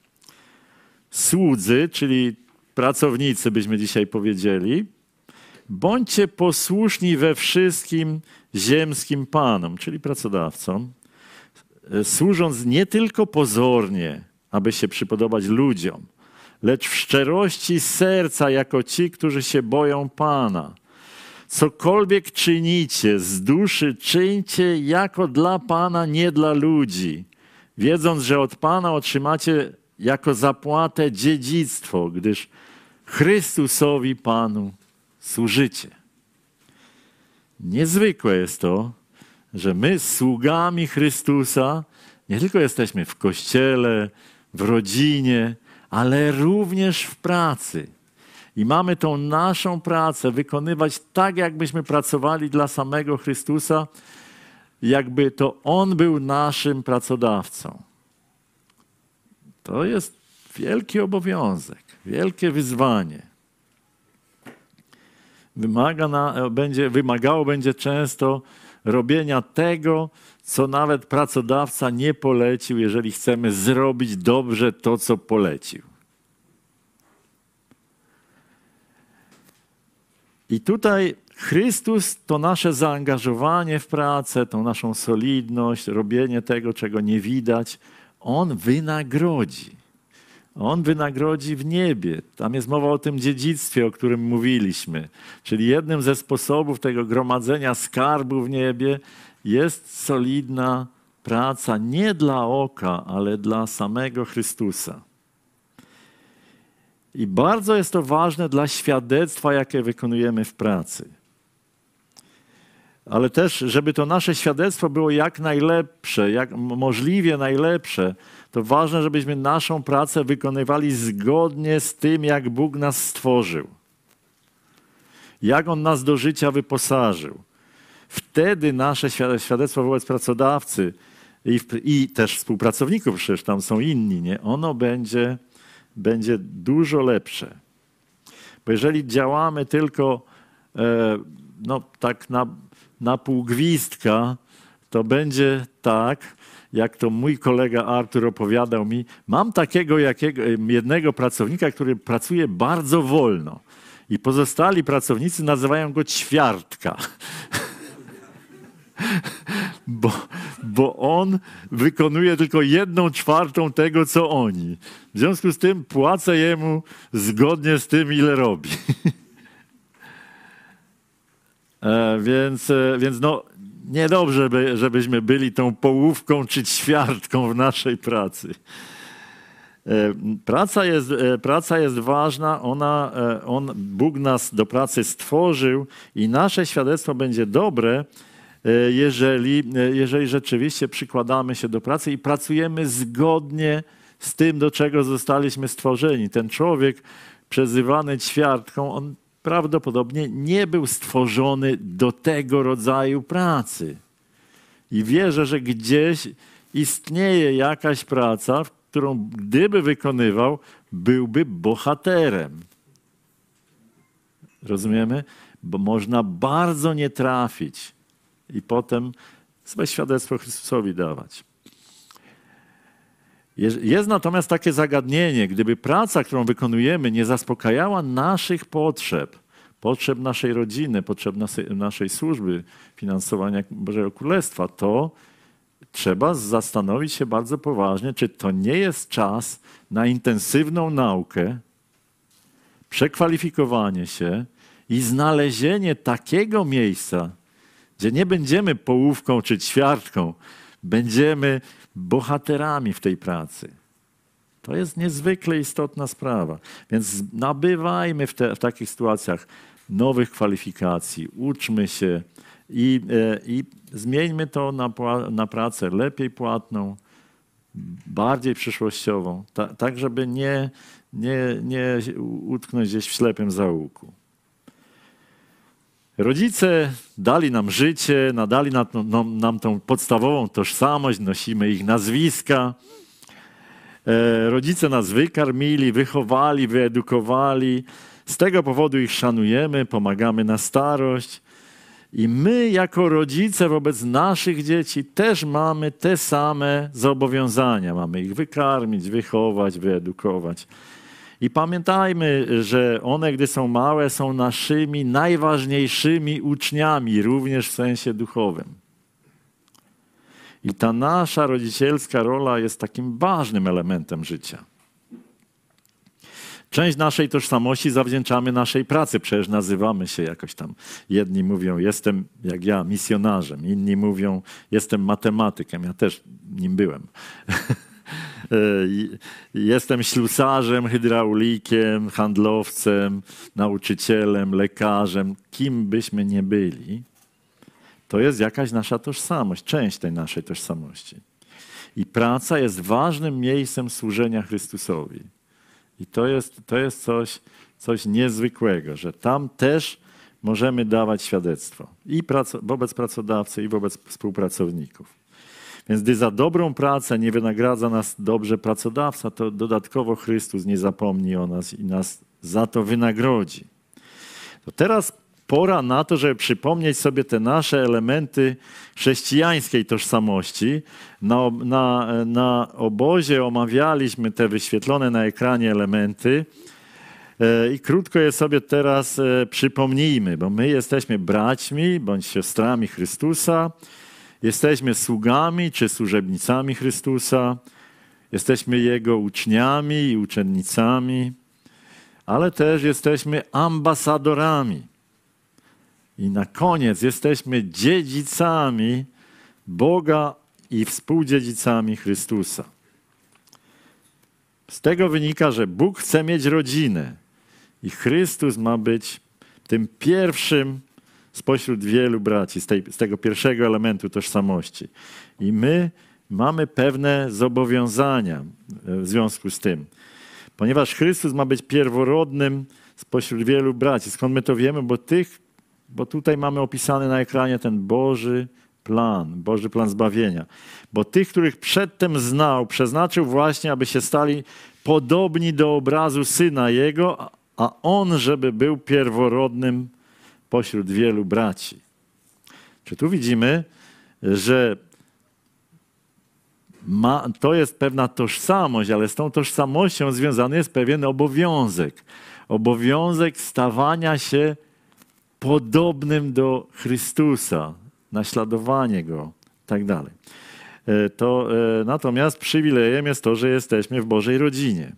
Słudzy, czyli pracownicy, byśmy dzisiaj powiedzieli, bądźcie posłuszni we wszystkim ziemskim panom, czyli pracodawcom, służąc nie tylko pozornie, aby się przypodobać ludziom, lecz w szczerości serca jako ci, którzy się boją Pana. Cokolwiek czynicie z duszy, czyńcie jako dla Pana, nie dla ludzi, wiedząc, że od Pana otrzymacie jako zapłatę dziedzictwo, gdyż Chrystusowi Panu służycie. Niezwykłe jest to, że my sługami Chrystusa nie tylko jesteśmy w kościele, w rodzinie, ale również w pracy. I mamy tą naszą pracę wykonywać tak, jakbyśmy pracowali dla samego Chrystusa, jakby to On był naszym pracodawcą. To jest wielki obowiązek, wielkie wyzwanie. Wymaga na, będzie, wymagało będzie często robienia tego, co nawet pracodawca nie polecił, jeżeli chcemy zrobić dobrze to, co polecił. I tutaj Chrystus to nasze zaangażowanie w pracę, tą naszą solidność, robienie tego, czego nie widać, On wynagrodzi. On wynagrodzi w niebie. Tam jest mowa o tym dziedzictwie, o którym mówiliśmy. Czyli jednym ze sposobów tego gromadzenia skarbu w niebie jest solidna praca nie dla oka, ale dla samego Chrystusa. I bardzo jest to ważne dla świadectwa, jakie wykonujemy w pracy. ale też, żeby to nasze świadectwo było jak najlepsze, jak możliwie najlepsze, to ważne, żebyśmy naszą pracę wykonywali zgodnie z tym, jak Bóg nas stworzył. Jak On nas do życia wyposażył. Wtedy nasze świadectwo wobec pracodawcy i, i też współpracowników, przecież tam są inni, nie? Ono będzie, będzie dużo lepsze. Bo jeżeli działamy tylko e, no, tak na, na pół gwizdka, to będzie tak, jak to mój kolega Artur opowiadał mi, mam takiego jakiego, jednego pracownika, który pracuje bardzo wolno i pozostali pracownicy nazywają go ćwiartka. Bo, bo on wykonuje tylko jedną czwartą tego, co oni. W związku z tym płacę jemu zgodnie z tym, ile robi. e, więc, e, więc no, niedobrze, by, żebyśmy byli tą połówką czy ćwiartką w naszej pracy. E, praca jest, e, praca jest ważna, ona, e, on, Bóg nas do pracy stworzył i nasze świadectwo będzie dobre, Jeżeli, jeżeli rzeczywiście przykładamy się do pracy i pracujemy zgodnie z tym, do czego zostaliśmy stworzeni. Ten człowiek przezywany ćwiartką, on prawdopodobnie nie był stworzony do tego rodzaju pracy. I wierzę, że gdzieś istnieje jakaś praca, którą gdyby wykonywał, byłby bohaterem. Rozumiemy? Bo można bardzo nie trafić i potem swoje świadectwo Chrystusowi dawać. Jest natomiast takie zagadnienie, gdyby praca, którą wykonujemy, nie zaspokajała naszych potrzeb, potrzeb naszej rodziny, potrzeb naszej służby, finansowania Bożego Królestwa, to trzeba zastanowić się bardzo poważnie, czy to nie jest czas na intensywną naukę, przekwalifikowanie się i znalezienie takiego miejsca, gdzie nie będziemy połówką czy ćwiartką, będziemy bohaterami w tej pracy. To jest niezwykle istotna sprawa. Więc nabywajmy w, te, w takich sytuacjach nowych kwalifikacji, uczmy się i, e, i zmieńmy to na, na pracę lepiej płatną, bardziej przyszłościową, ta, tak żeby nie, nie, nie utknąć gdzieś w ślepym zaułku. Rodzice dali nam życie, nadali nam, nam, nam tą podstawową tożsamość, nosimy ich nazwiska. E, rodzice nas wykarmili, wychowali, wyedukowali. Z tego powodu ich szanujemy, pomagamy na starość. I my jako rodzice wobec naszych dzieci też mamy te same zobowiązania. Mamy ich wykarmić, wychować, wyedukować. I pamiętajmy, że one, gdy są małe, są naszymi najważniejszymi uczniami, również w sensie duchowym. I ta nasza rodzicielska rola jest takim ważnym elementem życia. Część naszej tożsamości zawdzięczamy naszej pracy. Przecież nazywamy się jakoś tam. Jedni mówią, jestem, jak ja, misjonarzem. Inni mówią, jestem matematykiem. Ja też nim byłem. Jestem ślusarzem, hydraulikiem, handlowcem, nauczycielem, lekarzem. Kim byśmy nie byli, to jest jakaś nasza tożsamość, część tej naszej tożsamości. I praca jest ważnym miejscem służenia Chrystusowi. I to jest, to jest coś, coś niezwykłego, że tam też możemy dawać świadectwo. I praco- wobec pracodawcy, i wobec współpracowników. Więc gdy za dobrą pracę nie wynagradza nas dobrze pracodawca, to dodatkowo Chrystus nie zapomni o nas i nas za to wynagrodzi. To teraz pora na to, żeby przypomnieć sobie te nasze elementy chrześcijańskiej tożsamości. Na, na, na obozie omawialiśmy te wyświetlone na ekranie elementy i krótko je sobie teraz przypomnijmy, bo my jesteśmy braćmi bądź siostrami Chrystusa, jesteśmy sługami czy służebnicami Chrystusa, jesteśmy Jego uczniami i uczennicami, ale też jesteśmy ambasadorami. I na koniec jesteśmy dziedzicami Boga i współdziedzicami Chrystusa. Z tego wynika, że Bóg chce mieć rodzinę i Chrystus ma być tym pierwszym spośród wielu braci, z, tej, z tego pierwszego elementu tożsamości. I my mamy pewne zobowiązania w związku z tym. Ponieważ Chrystus ma być pierworodnym spośród wielu braci. Skąd my to wiemy? Bo tych, bo tutaj mamy opisany na ekranie ten Boży plan, Boży plan zbawienia. Bo tych, których przedtem znał, przeznaczył właśnie, aby się stali podobni do obrazu Syna Jego, a On, żeby był pierworodnym pośród wielu braci. Czy tu widzimy, że ma, to jest pewna tożsamość, ale z tą tożsamością związany jest pewien obowiązek. Obowiązek stawania się podobnym do Chrystusa, naśladowanie Go i tak dalej. To, natomiast przywilejem jest to, że jesteśmy w Bożej rodzinie.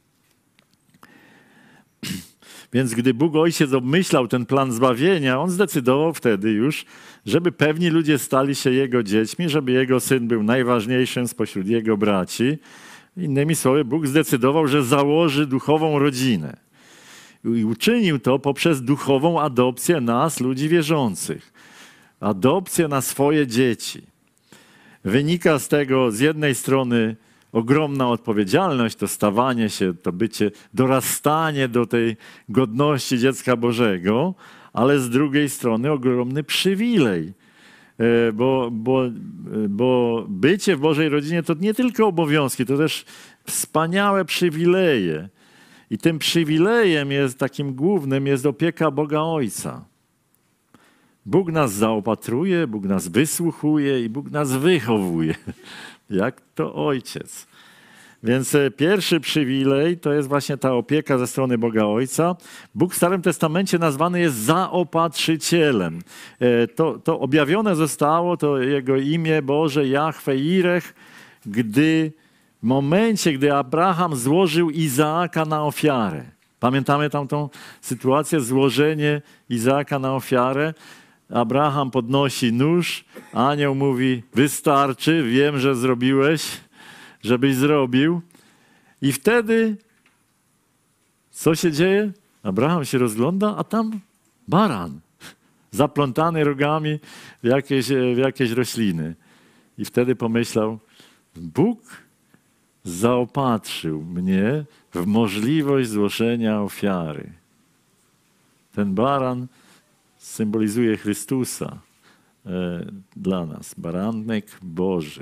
Więc gdy Bóg Ojciec obmyślał ten plan zbawienia, On zdecydował wtedy już, żeby pewni ludzie stali się Jego dziećmi, żeby Jego Syn był najważniejszym spośród Jego braci. Innymi słowy, Bóg zdecydował, że założy duchową rodzinę. I uczynił to poprzez duchową adopcję nas, ludzi wierzących. Adopcję na swoje dzieci. Wynika z tego z jednej strony ogromna odpowiedzialność, to stawanie się, to bycie, dorastanie do tej godności dziecka Bożego, ale z drugiej strony ogromny przywilej. Bo, bo, bo bycie w Bożej rodzinie to nie tylko obowiązki, to też wspaniałe przywileje. I tym przywilejem jest, takim głównym jest opieka Boga Ojca. Bóg nas zaopatruje, Bóg nas wysłuchuje i Bóg nas wychowuje. Jak to Ojciec. Więc pierwszy przywilej to jest właśnie ta opieka ze strony Boga Ojca. Bóg w Starym Testamencie nazwany jest zaopatrzycielem. To, to objawione zostało, to Jego imię Boże, Jahwe Jireh, gdy w momencie, gdy Abraham złożył Izaaka na ofiarę. Pamiętamy tamtą sytuację, złożenie Izaaka na ofiarę. Abraham podnosi nóż, anioł mówi, wystarczy, wiem, że zrobiłeś, żebyś zrobił. I wtedy co się dzieje? Abraham się rozgląda, a tam baran, zaplątany rogami w jakieś, w jakieś rośliny. I wtedy pomyślał, Bóg zaopatrzył mnie w możliwość złożenia ofiary. Ten baran symbolizuje Chrystusa e, dla nas. Baranek Boży.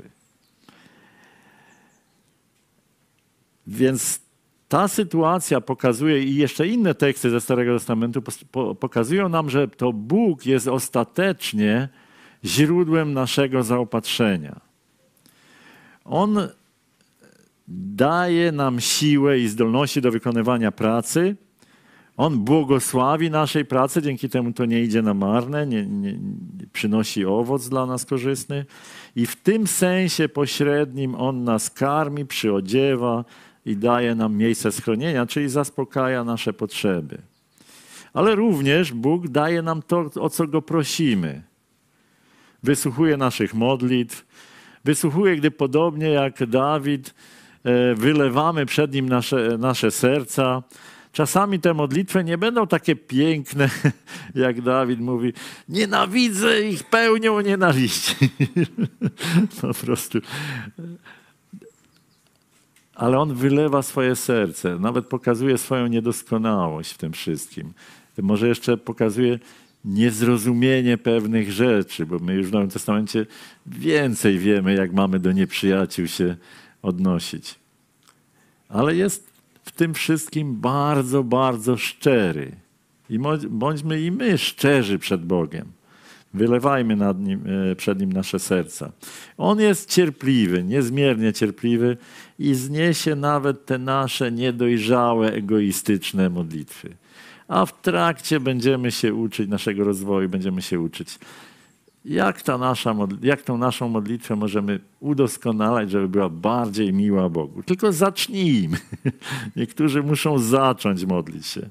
Więc ta sytuacja pokazuje, i jeszcze inne teksty ze Starego Testamentu pokazują nam, że to Bóg jest ostatecznie źródłem naszego zaopatrzenia. On daje nam siłę i zdolności do wykonywania pracy. On błogosławi naszej pracy, dzięki temu to nie idzie na marne, nie, nie, nie przynosi owoc dla nas korzystny. I w tym sensie pośrednim On nas karmi, przyodziewa i daje nam miejsce schronienia, czyli zaspokaja nasze potrzeby. Ale również Bóg daje nam to, o co Go prosimy. Wysłuchuje naszych modlitw, wysłuchuje, gdy podobnie jak Dawid wylewamy przed Nim nasze, nasze serca. Czasami te modlitwy nie będą takie piękne, jak Dawid mówi, nienawidzę ich pełnią nienawiści. Po prostu. Ale on wylewa swoje serce, nawet pokazuje swoją niedoskonałość w tym wszystkim. Może jeszcze pokazuje niezrozumienie pewnych rzeczy, bo my już w Nowym Testamencie więcej wiemy, jak mamy do nieprzyjaciół się odnosić. Ale jest w tym wszystkim bardzo, bardzo szczery. I bądźmy i my szczerzy przed Bogiem. Wylewajmy nad nim, przed Nim nasze serca. On jest cierpliwy, niezmiernie cierpliwy i zniesie nawet te nasze niedojrzałe, egoistyczne modlitwy. A w trakcie będziemy się uczyć, naszego rozwoju będziemy się uczyć, jak, ta nasza, jak tą naszą modlitwę możemy udoskonalać, żeby była bardziej miła Bogu. Tylko zacznijmy. Niektórzy muszą zacząć modlić się.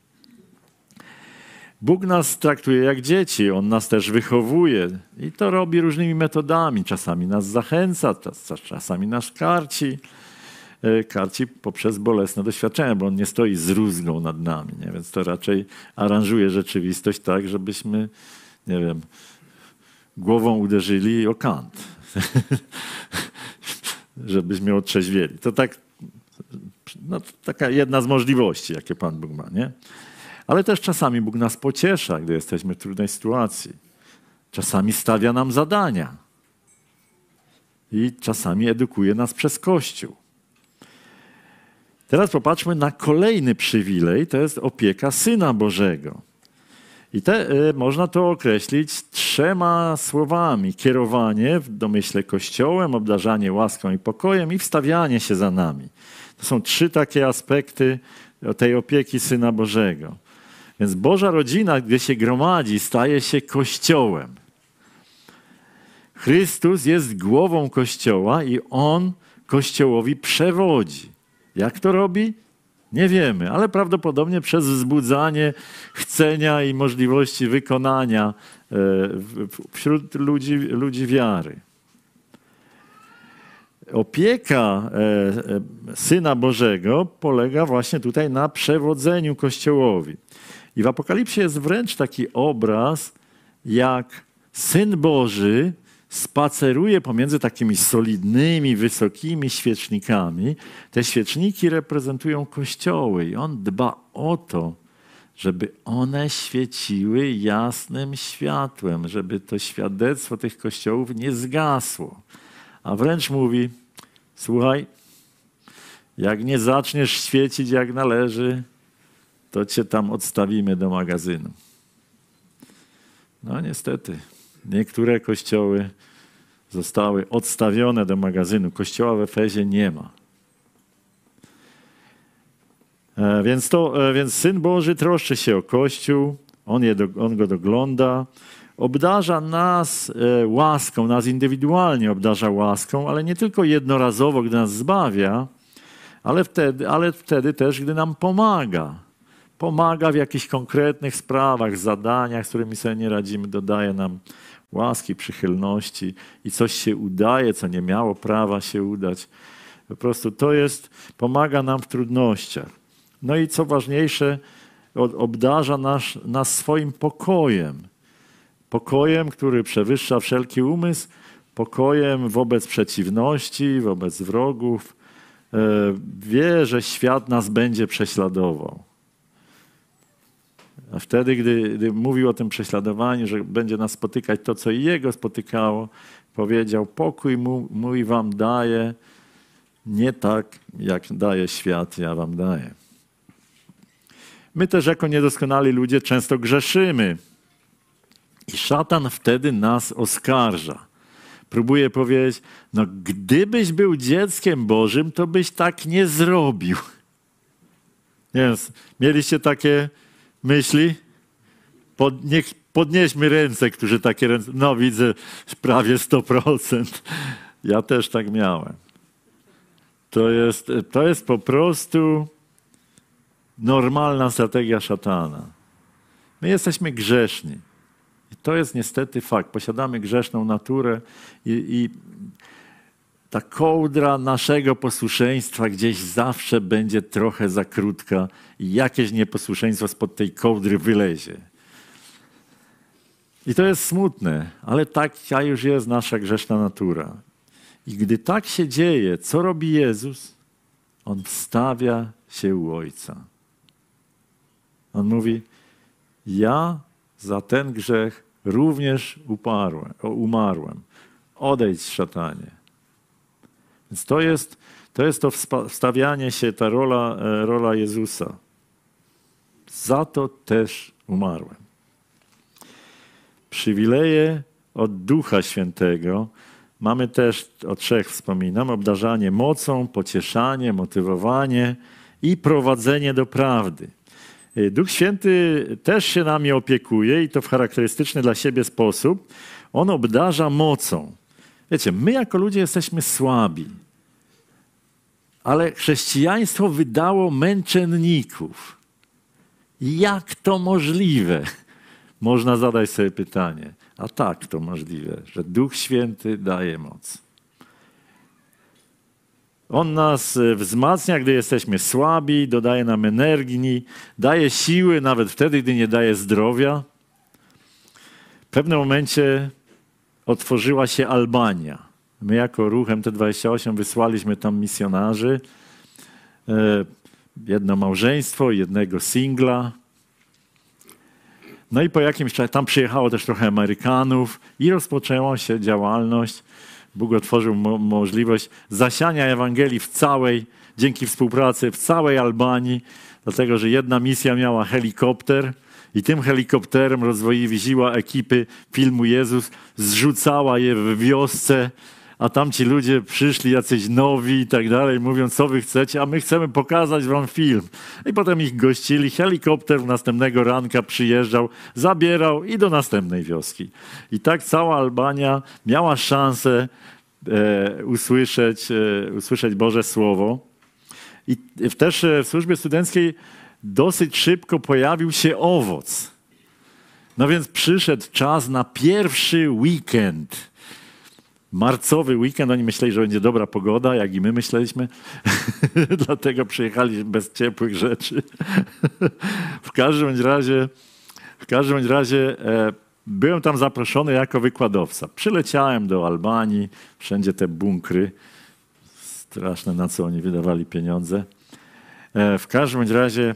Bóg nas traktuje jak dzieci, On nas też wychowuje i to robi różnymi metodami. Czasami nas zachęca, czasami nas karci. Karci poprzez bolesne doświadczenia, bo On nie stoi z rózgą nad nami, nie? Więc to raczej aranżuje rzeczywistość tak, żebyśmy nie wiem, głową uderzyli o kant, żebyśmy otrzeźwieli. To tak, no, to taka jedna z możliwości, jakie Pan Bóg ma, nie? Ale też czasami Bóg nas pociesza, gdy jesteśmy w trudnej sytuacji. Czasami stawia nam zadania. I czasami edukuje nas przez Kościół. Teraz popatrzmy na kolejny przywilej, to jest opieka Syna Bożego. I te, y, można to określić trzema słowami. Kierowanie w domyśle Kościołem, obdarzanie łaską i pokojem i wstawianie się za nami. To są trzy takie aspekty tej opieki Syna Bożego. Więc Boża rodzina, gdy się gromadzi, staje się Kościołem. Chrystus jest głową Kościoła i On Kościołowi przewodzi. Jak to robi? Nie wiemy, ale prawdopodobnie przez wzbudzanie chcenia i możliwości wykonania wśród ludzi, ludzi wiary. Opieka Syna Bożego polega właśnie tutaj na przewodzeniu Kościołowi. I w Apokalipsie jest wręcz taki obraz, jak Syn Boży spaceruje pomiędzy takimi solidnymi, wysokimi świecznikami. Te świeczniki reprezentują kościoły i on dba o to, żeby one świeciły jasnym światłem, żeby to świadectwo tych kościołów nie zgasło. A wręcz mówi, słuchaj, jak nie zaczniesz świecić jak należy, to cię tam odstawimy do magazynu. No niestety, niektóre kościoły zostały odstawione do magazynu. Kościoła w Efezie nie ma. E, więc, to, e, więc Syn Boży troszczy się o Kościół, on, je do, on go dogląda, obdarza nas e, łaską, nas indywidualnie obdarza łaską, ale nie tylko jednorazowo, gdy nas zbawia, ale wtedy, ale wtedy też, gdy nam pomaga. Pomaga w jakichś konkretnych sprawach, zadaniach, z którymi sobie nie radzimy, dodaje nam łaski, przychylności i coś się udaje, co nie miało prawa się udać. Po prostu to jest, pomaga nam w trudnościach. No i co ważniejsze, obdarza nas, nas swoim pokojem. Pokojem, który przewyższa wszelki umysł, pokojem wobec przeciwności, wobec wrogów. Wie, że świat nas będzie prześladował. A wtedy, gdy, gdy mówił o tym prześladowaniu, że będzie nas spotykać to, co i jego spotykało, powiedział, pokój mój wam daję, nie tak, jak daje świat, ja wam daję. My też jako niedoskonali ludzie często grzeszymy. I szatan wtedy nas oskarża. Próbuje powiedzieć, no gdybyś był dzieckiem Bożym, to byś tak nie zrobił. Nie wiem, mieliście takie myśli? Pod, niech podnieśmy ręce, którzy takie ręce... No widzę, prawie sto procent. Ja też tak miałem. To jest, to jest po prostu normalna strategia szatana. My jesteśmy grzeszni. I to jest niestety fakt. Posiadamy grzeszną naturę i, i ta kołdra naszego posłuszeństwa gdzieś zawsze będzie trochę za krótka i jakieś nieposłuszeństwo spod tej kołdry wylezie. I to jest smutne, ale taka już jest nasza grzeszna natura. I gdy tak się dzieje, co robi Jezus? On wstawia się u Ojca. On mówi, ja za ten grzech również uparłem, umarłem. Odejdź, szatanie. Więc to jest to, jest to wstawianie się, ta rola, rola Jezusa. Za to też umarłem. Przywileje od Ducha Świętego mamy też, o trzech wspominam, obdarzanie mocą, pocieszanie, motywowanie i prowadzenie do prawdy. Duch Święty też się nami opiekuje i to w charakterystyczny dla siebie sposób. On obdarza mocą. Wiecie, my jako ludzie jesteśmy słabi, ale chrześcijaństwo wydało męczenników. Jak to możliwe? Można zadać sobie pytanie. A tak to możliwe, że Duch Święty daje moc. On nas wzmacnia, gdy jesteśmy słabi, dodaje nam energii, daje siły nawet wtedy, gdy nie daje zdrowia. w pewnym momencie otworzyła się Albania. My jako ruch M T dwadzieścia osiem wysłaliśmy tam misjonarzy. Jedno małżeństwo, jednego singla. No i po jakimś czasie tam przyjechało też trochę Amerykanów i rozpoczęła się działalność. Bóg otworzył mo możliwość zasiania Ewangelii w całej, dzięki współpracy w całej Albanii, dlatego że jedna misja miała helikopter i tym helikopterem rozwoziła ekipy filmu Jezus, zrzucała je w wiosce, a tamci ludzie przyszli jacyś nowi i tak dalej, mówią, co wy chcecie, a my chcemy pokazać wam film. I potem ich gościli, helikopter następnego ranka przyjeżdżał, zabierał i do następnej wioski. I tak cała Albania miała szansę e, usłyszeć, e, usłyszeć Boże Słowo. I też w służbie studenckiej dosyć szybko pojawił się owoc. No więc przyszedł czas na pierwszy weekend. Marcowy weekend, oni myśleli, że będzie dobra pogoda, jak i my myśleliśmy. Dlatego przyjechali bez ciepłych rzeczy. w każdym razie, w każdym razie e, byłem tam zaproszony jako wykładowca. Przyleciałem do Albanii, wszędzie te bunkry. Straszne, na co oni wydawali pieniądze. E, w każdym razie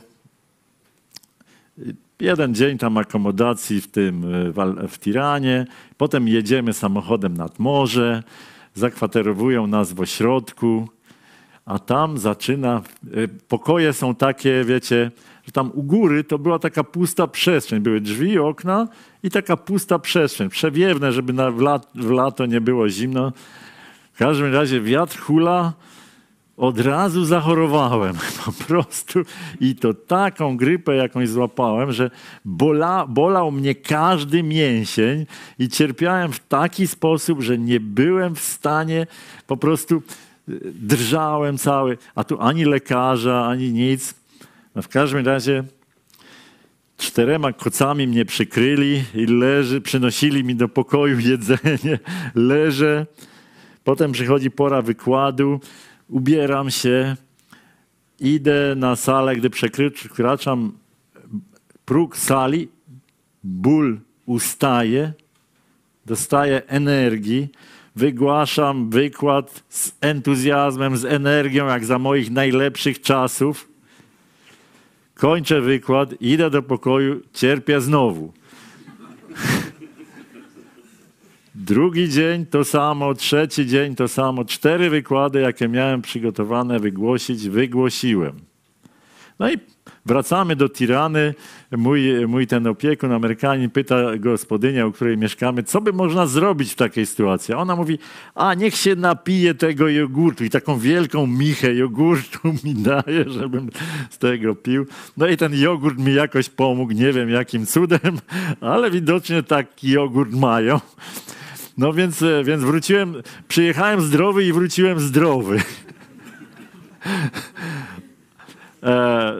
jeden dzień tam akomodacji w tym, w, w Tiranie, potem jedziemy samochodem nad morze, zakwaterowują nas w ośrodku, a tam zaczyna, pokoje są takie, wiecie, że tam u góry to była taka pusta przestrzeń, były drzwi, okna i taka pusta przestrzeń, przewiewne, żeby na, w, lat, w lato nie było zimno. W każdym razie wiatr hula, od razu zachorowałem po prostu i to taką grypę jakąś złapałem, że bola, bolał mnie każdy mięsień i cierpiałem w taki sposób, że nie byłem w stanie, po prostu drżałem cały, a tu ani lekarza, ani nic. No w każdym razie czterema kocami mnie przykryli i leży, przynosili mi do pokoju jedzenie, leżę. Potem przychodzi pora wykładu, ubieram się, idę na salę, gdy przekraczam próg sali, ból ustaje, dostaję energii, wygłaszam wykład z entuzjazmem, z energią, jak za moich najlepszych czasów. Kończę wykład, idę do pokoju, cierpię znowu. Drugi dzień to samo, trzeci dzień to samo. Cztery wykłady, jakie miałem przygotowane wygłosić, wygłosiłem. No i wracamy do Tirany. Mój, mój ten opiekun, Amerykanin, pyta gospodynię, u której mieszkamy, co by można zrobić w takiej sytuacji. A ona mówi, a niech się napije tego jogurtu. I taką wielką michę jogurtu mi daje, żebym z tego pił. No i ten jogurt mi jakoś pomógł, nie wiem jakim cudem, ale widocznie taki jogurt mają. No więc, więc wróciłem, przyjechałem zdrowy i wróciłem zdrowy. e,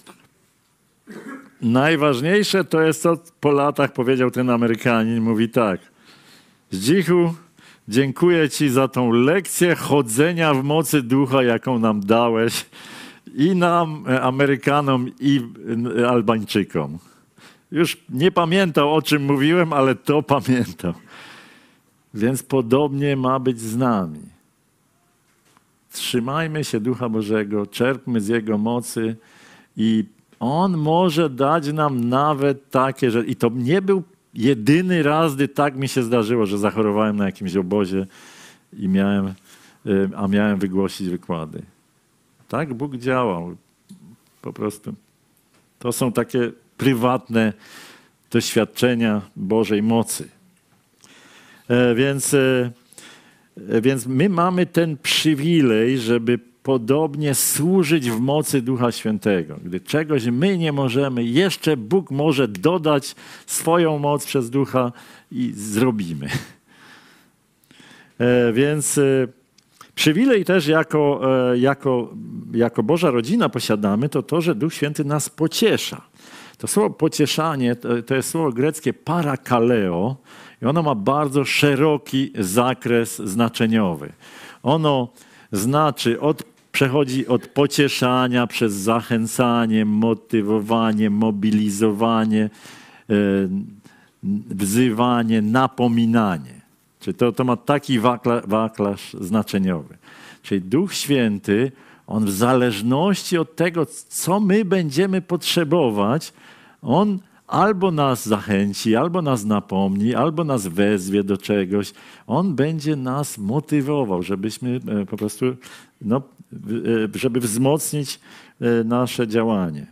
najważniejsze to jest, co po latach powiedział ten Amerykanin. Mówi tak, Zdzichu, dziękuję ci za tą lekcję chodzenia w mocy ducha, jaką nam dałeś i nam, Amerykanom, i Albańczykom. Już nie pamiętał, o czym mówiłem, ale to pamiętał. Więc podobnie ma być z nami. Trzymajmy się Ducha Bożego, czerpmy z Jego mocy i On może dać nam nawet takie, że... I to nie był jedyny raz, gdy tak mi się zdarzyło, że zachorowałem na jakimś obozie i miałem, a miałem wygłosić wykłady. Tak Bóg działał. Po prostu. To są takie prywatne doświadczenia Bożej mocy. Więc, więc my mamy ten przywilej, żeby podobnie służyć w mocy Ducha Świętego. Gdy czegoś my nie możemy, jeszcze Bóg może dodać swoją moc przez Ducha i zrobimy. Więc przywilej też jako, jako, jako Boża rodzina posiadamy, to to, że Duch Święty nas pociesza. To słowo pocieszanie to, to jest słowo greckie parakaleo i ono ma bardzo szeroki zakres znaczeniowy. Ono znaczy, od, przechodzi od pocieszania przez zachęcanie, motywowanie, mobilizowanie, wzywanie, napominanie. Czyli to, to ma taki wakla, wachlarz znaczeniowy. Czyli Duch Święty, on w zależności od tego, co my będziemy potrzebować, on albo nas zachęci, albo nas napomni, albo nas wezwie do czegoś. On będzie nas motywował, żebyśmy po prostu, no, żeby wzmocnić nasze działanie.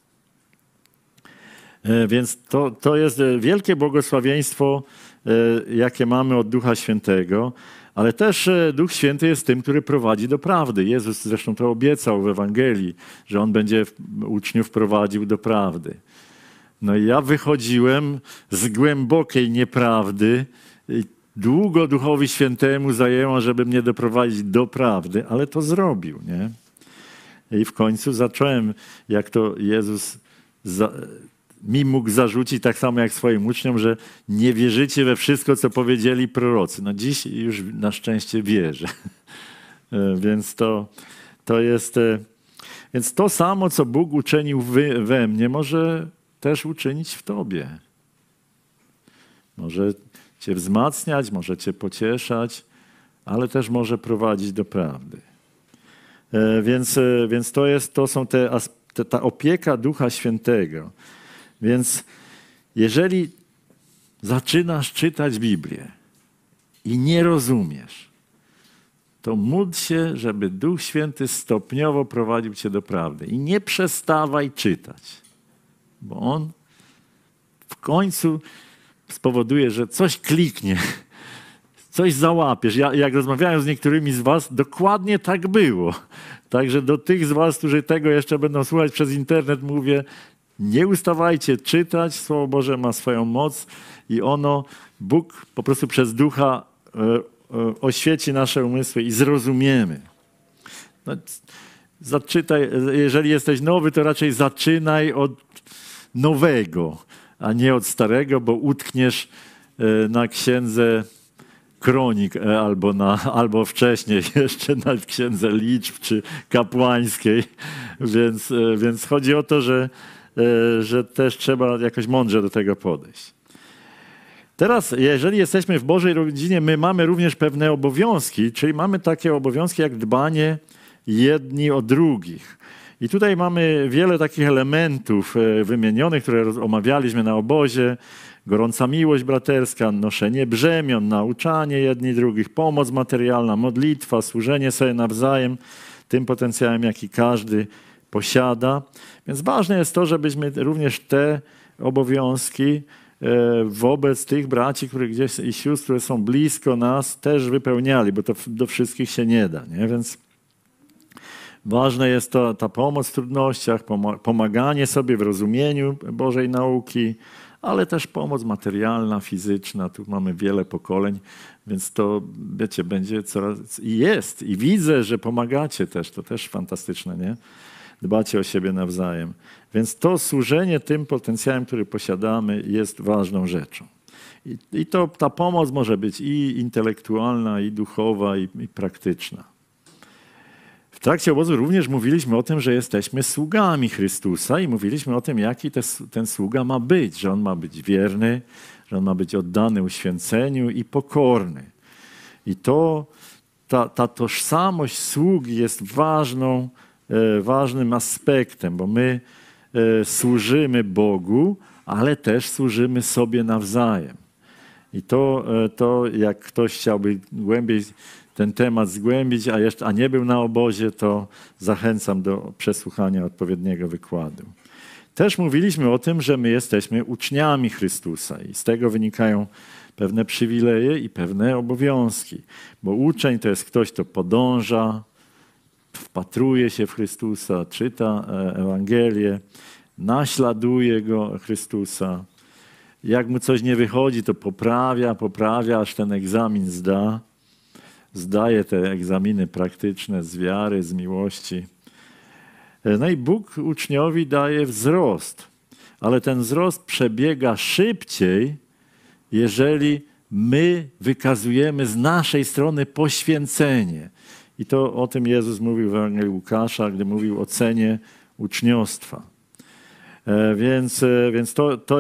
Więc to, to jest wielkie błogosławieństwo, jakie mamy od Ducha Świętego, ale też Duch Święty jest tym, który prowadzi do prawdy. Jezus zresztą to obiecał w Ewangelii, że On będzie uczniów prowadził do prawdy. No i ja wychodziłem z głębokiej nieprawdy. Długo Duchowi Świętemu zajęło, żeby mnie doprowadzić do prawdy, ale to zrobił, nie? I w końcu zacząłem, jak to Jezus za, mi mógł zarzucić, tak samo jak swoim uczniom, że nie wierzycie we wszystko, co powiedzieli prorocy. No dziś już na szczęście wierzę. Więc to, to jest... Więc to samo, co Bóg uczynił we, we mnie, może też uczynić w tobie. Może cię wzmacniać, może cię pocieszać, ale też może prowadzić do prawdy. Więc, więc to, jest, to są te, te, ta opieka Ducha Świętego. Więc jeżeli zaczynasz czytać Biblię i nie rozumiesz, to módl się, żeby Duch Święty stopniowo prowadził cię do prawdy. I nie przestawaj czytać, bo On w końcu spowoduje, że coś kliknie, coś załapiesz. Ja, jak rozmawiałem z niektórymi z was, dokładnie tak było. Także do tych z was, którzy tego jeszcze będą słuchać przez internet, mówię, nie ustawajcie czytać. Słowo Boże ma swoją moc i ono, Bóg po prostu przez Ducha e, e, oświeci nasze umysły i zrozumiemy. No, zaczytaj, jeżeli jesteś nowy, to raczej zaczynaj od nowego, a nie od starego, bo utkniesz e, na księdze Kronik albo, na, albo wcześniej jeszcze na księdze liczb czy kapłańskiej. Więc, więc chodzi o to, że, że też trzeba jakoś mądrze do tego podejść. Teraz, jeżeli jesteśmy w Bożej rodzinie, my mamy również pewne obowiązki, czyli mamy takie obowiązki jak dbanie jedni o drugich. I tutaj mamy wiele takich elementów wymienionych, które omawialiśmy na obozie. Gorąca miłość braterska, noszenie brzemion, nauczanie jedni drugich, pomoc materialna, modlitwa, służenie sobie nawzajem tym potencjałem, jaki każdy posiada. Więc ważne jest to, żebyśmy również te obowiązki wobec tych braci, których gdzieś i sióstr, które są blisko nas, też wypełniali, bo to do wszystkich się nie da, nie? Więc ważna jest to, ta pomoc w trudnościach, pomaganie sobie w rozumieniu Bożej nauki, ale też pomoc materialna, fizyczna. Tu mamy wiele pokoleń, więc to, wiecie, będzie coraz... I jest, i widzę, że pomagacie też. To też fantastyczne, nie? Dbacie o siebie nawzajem. Więc to służenie tym potencjałem, który posiadamy, jest ważną rzeczą. I, i to, ta pomoc może być i intelektualna, i duchowa, i, i praktyczna. W trakcie obozu również mówiliśmy o tym, że jesteśmy sługami Chrystusa i mówiliśmy o tym, jaki te, ten sługa ma być, że on ma być wierny, że on ma być oddany uświęceniu i pokorny. I to, ta, ta tożsamość sługi jest ważną, e, ważnym aspektem, bo my e, służymy Bogu, ale też służymy sobie nawzajem. I to, e, to jak ktoś chciałby głębiej ten temat zgłębić, a, jeszcze, a nie był na obozie, to zachęcam do przesłuchania odpowiedniego wykładu. Też mówiliśmy o tym, że my jesteśmy uczniami Chrystusa i z tego wynikają pewne przywileje i pewne obowiązki. Bo uczeń to jest ktoś, kto podąża, wpatruje się w Chrystusa, czyta Ewangelię, naśladuje go Chrystusa. Jak mu coś nie wychodzi, to poprawia, poprawia, aż ten egzamin zda. Zdaje te egzaminy praktyczne z wiary, z miłości. No i Bóg uczniowi daje wzrost, ale ten wzrost przebiega szybciej, jeżeli my wykazujemy z naszej strony poświęcenie. I to o tym Jezus mówił w Ewangelii Łukasza, gdy mówił o cenie uczniostwa. Więc, więc to, to jest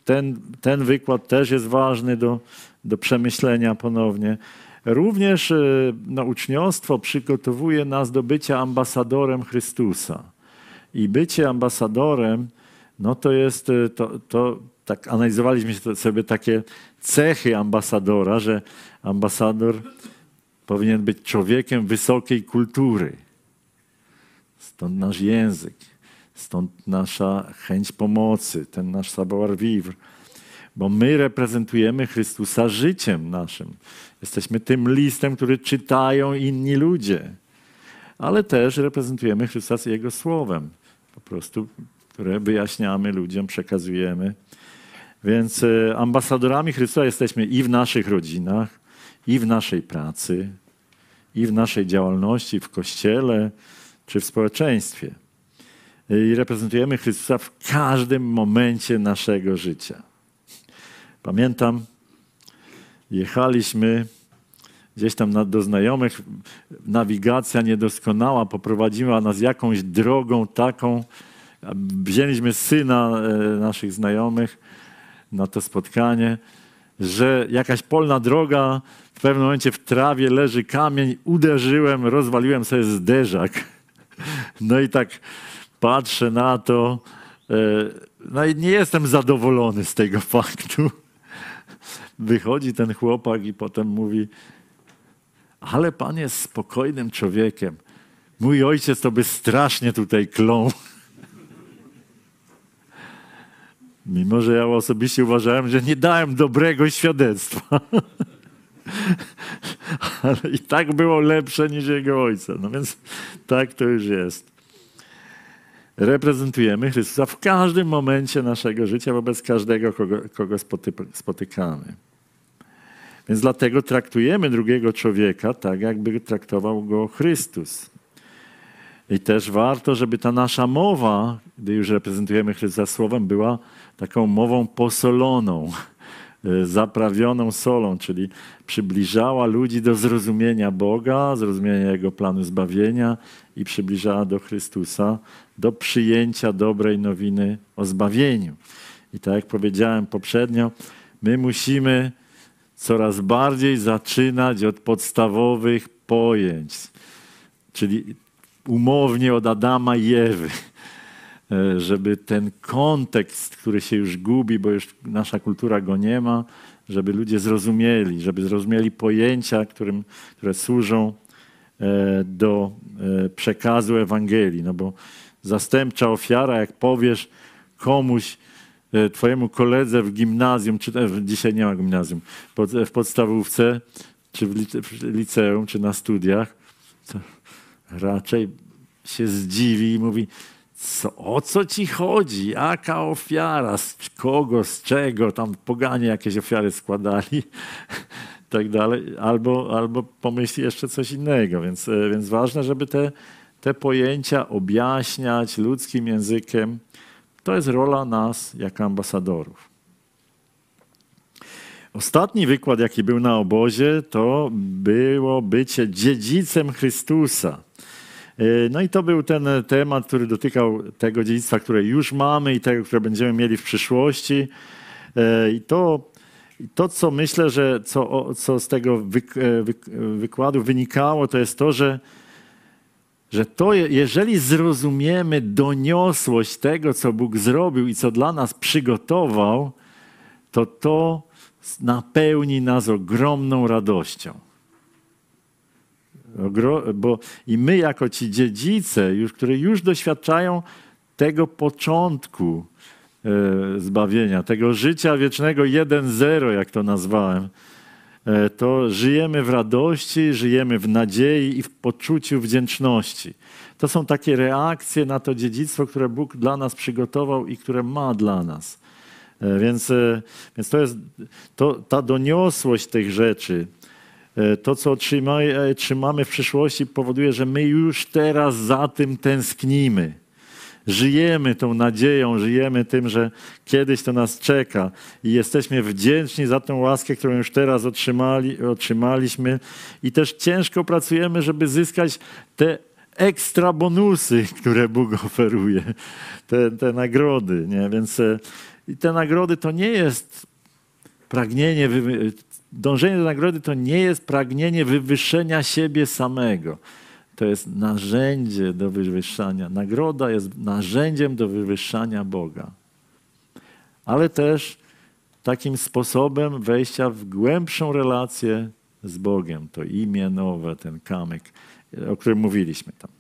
ten, ten wykład też jest ważny do, do przemyślenia ponownie. Również no, uczniostwo przygotowuje nas do bycia ambasadorem Chrystusa. I bycie ambasadorem, no to jest, to, to tak analizowaliśmy sobie takie cechy ambasadora, że ambasador powinien być człowiekiem wysokiej kultury. Stąd nasz język, stąd nasza chęć pomocy, ten nasz savoir-vivre. Bo my reprezentujemy Chrystusa życiem naszym. Jesteśmy tym listem, który czytają inni ludzie. Ale też reprezentujemy Chrystusa Jego słowem. Po prostu, które wyjaśniamy ludziom, przekazujemy. Więc ambasadorami Chrystusa jesteśmy i w naszych rodzinach, i w naszej pracy, i w naszej działalności, w Kościele, czy w społeczeństwie. I reprezentujemy Chrystusa w każdym momencie naszego życia. Pamiętam, jechaliśmy gdzieś tam na, do znajomych, nawigacja niedoskonała poprowadziła nas jakąś drogą taką, wzięliśmy syna e, naszych znajomych na to spotkanie, że jakaś polna droga, w pewnym momencie w trawie leży kamień, uderzyłem, rozwaliłem sobie zderzak. No i tak patrzę na to, e, no i nie jestem zadowolony z tego faktu. Wychodzi ten chłopak i potem mówi: ale pan jest spokojnym człowiekiem. Mój ojciec to by strasznie tutaj klął. Mimo że ja osobiście uważałem, że nie dałem dobrego świadectwa. Ale i tak było lepsze niż jego ojca. No więc tak to już jest. Reprezentujemy Chrystusa w każdym momencie naszego życia wobec każdego, kogo, kogo spotykamy. Więc dlatego traktujemy drugiego człowieka tak, jakby traktował go Chrystus. I też warto, żeby ta nasza mowa, gdy już reprezentujemy Chrystusa słowem, była taką mową posoloną, zaprawioną solą, czyli przybliżała ludzi do zrozumienia Boga, zrozumienia Jego planu zbawienia i przybliżała do Chrystusa, do przyjęcia dobrej nowiny o zbawieniu. I tak jak powiedziałem poprzednio, my musimy coraz bardziej zaczynać od podstawowych pojęć, czyli umownie od Adama i Ewy, żeby ten kontekst, który się już gubi, bo już nasza kultura go nie ma, żeby ludzie zrozumieli, żeby zrozumieli pojęcia, którym, które służą do przekazu Ewangelii. No bo zastępcza ofiara, jak powiesz komuś, twojemu koledze w gimnazjum, czy dzisiaj nie ma gimnazjum, w podstawówce, czy w liceum, czy na studiach, to raczej się zdziwi i mówi: co, o co ci chodzi? Jaka ofiara? Z kogo? Z czego? Tam poganie jakieś ofiary składali. Tak dalej. Albo, albo pomyśli jeszcze coś innego. Więc, więc ważne, żeby te, te pojęcia objaśniać ludzkim językiem. To jest rola nas jako ambasadorów. Ostatni wykład, jaki był na obozie, to było bycie dziedzicem Chrystusa. No i to był ten temat, który dotykał tego dziedzictwa, które już mamy i tego, które będziemy mieli w przyszłości. I to, to co myślę, że co, co z tego wyk, wyk, wykładu wynikało, to jest to, że, że to, jeżeli zrozumiemy doniosłość tego, co Bóg zrobił i co dla nas przygotował, to to napełni nas ogromną radością. Bo i my jako ci dziedzice, już, które już doświadczają tego początku e, zbawienia, tego życia wiecznego jeden zero, jak to nazwałem, e, to żyjemy w radości, żyjemy w nadziei i w poczuciu wdzięczności. To są takie reakcje na to dziedzictwo, które Bóg dla nas przygotował i które ma dla nas. E, więc, e, więc to jest to, ta doniosłość tych rzeczy. To, co trzymamy w przyszłości, powoduje, że my już teraz za tym tęsknimy. Żyjemy tą nadzieją, żyjemy tym, że kiedyś to nas czeka i jesteśmy wdzięczni za tę łaskę, którą już teraz otrzymali, otrzymaliśmy i też ciężko pracujemy, żeby zyskać te ekstra bonusy, które Bóg oferuje, te, te nagrody. Nie? Więc I te nagrody to nie jest pragnienie, dążenie do nagrody to nie jest pragnienie wywyższenia siebie samego. To jest narzędzie do wywyższania. Nagroda jest narzędziem do wywyższania Boga. Ale też takim sposobem wejścia w głębszą relację z Bogiem. To imię nowe, ten kamyk, o którym mówiliśmy tam.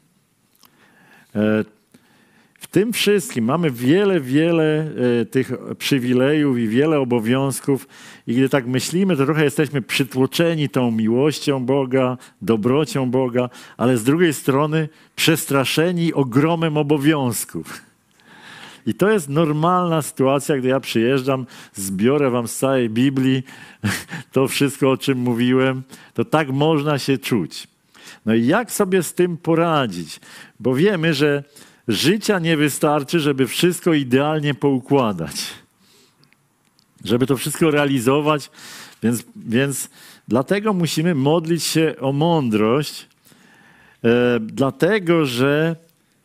W tym wszystkim mamy wiele, wiele tych przywilejów i wiele obowiązków. I gdy tak myślimy, to trochę jesteśmy przytłoczeni tą miłością Boga, dobrocią Boga, ale z drugiej strony przestraszeni ogromem obowiązków. I to jest normalna sytuacja, gdy ja przyjeżdżam, zbiorę wam z całej Biblii to wszystko, o czym mówiłem, to tak można się czuć. No i jak sobie z tym poradzić? Bo wiemy, że życia nie wystarczy, żeby wszystko idealnie poukładać. Żeby to wszystko realizować, więc, więc dlatego musimy modlić się o mądrość, e, dlatego że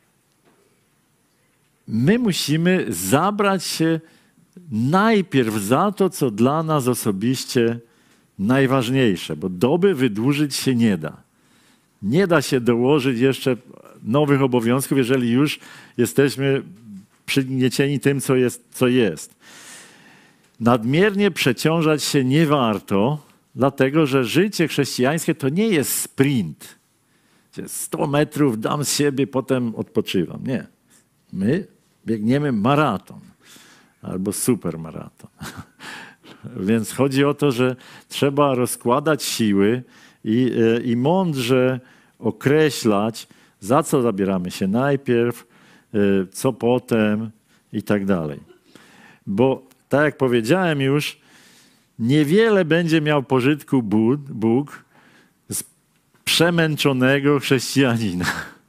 my musimy zabrać się najpierw za to, co dla nas osobiście najważniejsze, bo doby wydłużyć się nie da. Nie da się dołożyć jeszcze nowych obowiązków, jeżeli już jesteśmy przygniecieni tym, co jest, co jest. Nadmiernie przeciążać się nie warto, dlatego że życie chrześcijańskie to nie jest sprint. sto metrów dam z siebie, potem odpoczywam. Nie. My biegniemy maraton albo supermaraton. Więc chodzi o to, że trzeba rozkładać siły i, i mądrze określać, za co zabieramy się najpierw, co potem i tak dalej. Bo tak jak powiedziałem już, niewiele będzie miał pożytku Bóg z przemęczonego chrześcijanina.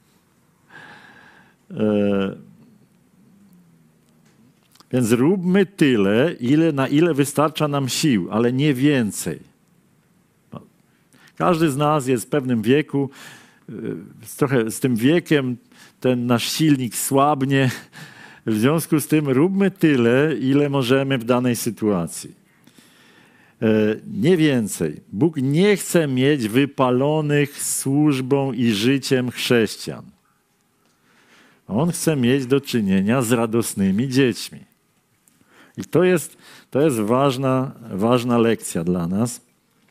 Więc róbmy tyle, ile, na ile wystarcza nam sił, ale nie więcej. Każdy z nas jest w pewnym wieku, trochę z tym wiekiem ten nasz silnik słabnie. W związku z tym róbmy tyle, ile możemy w danej sytuacji. Nie więcej. Bóg nie chce mieć wypalonych służbą i życiem chrześcijan. On chce mieć do czynienia z radosnymi dziećmi. I to jest, to jest ważna, ważna lekcja dla nas.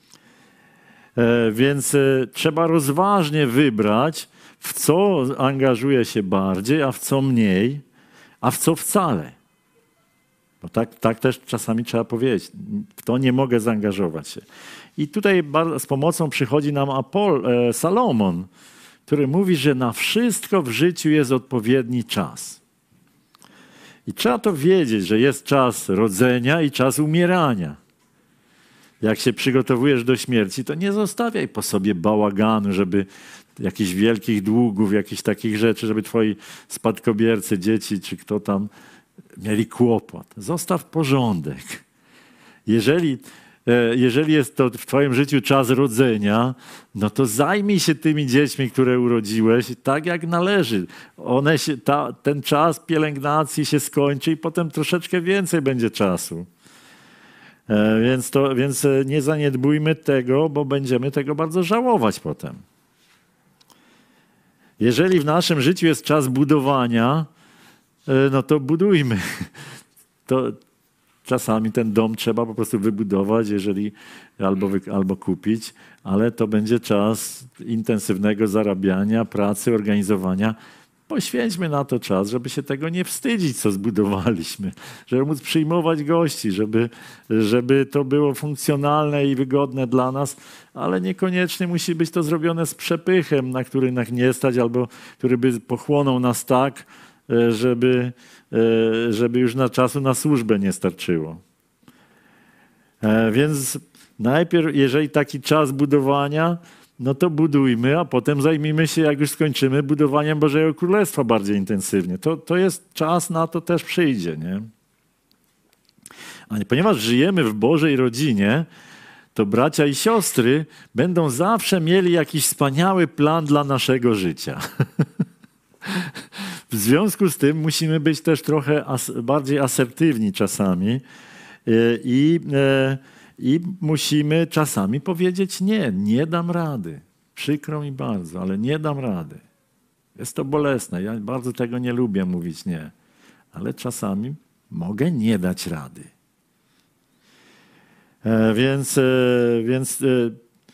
E, więc e, trzeba rozważnie wybrać, w co angażuje się bardziej, a w co mniej, a w co wcale. Bo tak, tak też czasami trzeba powiedzieć. W to nie mogę zaangażować się. I tutaj z pomocą przychodzi nam Apol, e, Salomon, który mówi, że na wszystko w życiu jest odpowiedni czas. I trzeba to wiedzieć, że jest czas rodzenia i czas umierania. Jak się przygotowujesz do śmierci, to nie zostawiaj po sobie bałaganu, żeby jakichś wielkich długów, jakichś takich rzeczy, żeby twoi spadkobiercy, dzieci czy kto tam mieli kłopot. Zostaw porządek. Jeżeli, jeżeli jest to w twoim życiu czas rodzenia, no to zajmij się tymi dziećmi, które urodziłeś, tak jak należy. One się, ta, ten czas pielęgnacji się skończy i potem troszeczkę więcej będzie czasu. Więc, to, więc nie zaniedbujmy tego, bo będziemy tego bardzo żałować potem. Jeżeli w naszym życiu jest czas budowania, no to budujmy. To czasami ten dom trzeba po prostu wybudować, jeżeli albo, wy, albo kupić, ale to będzie czas intensywnego zarabiania, pracy, organizowania. Poświęćmy na to czas, żeby się tego nie wstydzić, co zbudowaliśmy, żeby móc przyjmować gości, żeby, żeby to było funkcjonalne i wygodne dla nas, ale niekoniecznie musi być to zrobione z przepychem, na który nas nie stać, albo który by pochłonął nas tak, żeby, żeby już na czasu na służbę nie starczyło. Więc najpierw, jeżeli taki czas budowania, no to budujmy, a potem zajmijmy się, jak już skończymy, budowaniem Bożego Królestwa bardziej intensywnie. To, to jest czas, na to też przyjdzie, nie? A ponieważ żyjemy w Bożej rodzinie, to bracia i siostry będą zawsze mieli jakiś wspaniały plan dla naszego życia. W związku z tym musimy być też trochę as bardziej asertywni czasami i, i musimy czasami powiedzieć nie, nie dam rady. Przykro mi bardzo, ale nie dam rady. Jest to bolesne. Ja bardzo tego nie lubię mówić nie. Ale czasami mogę nie dać rady. E, więc e, więc e,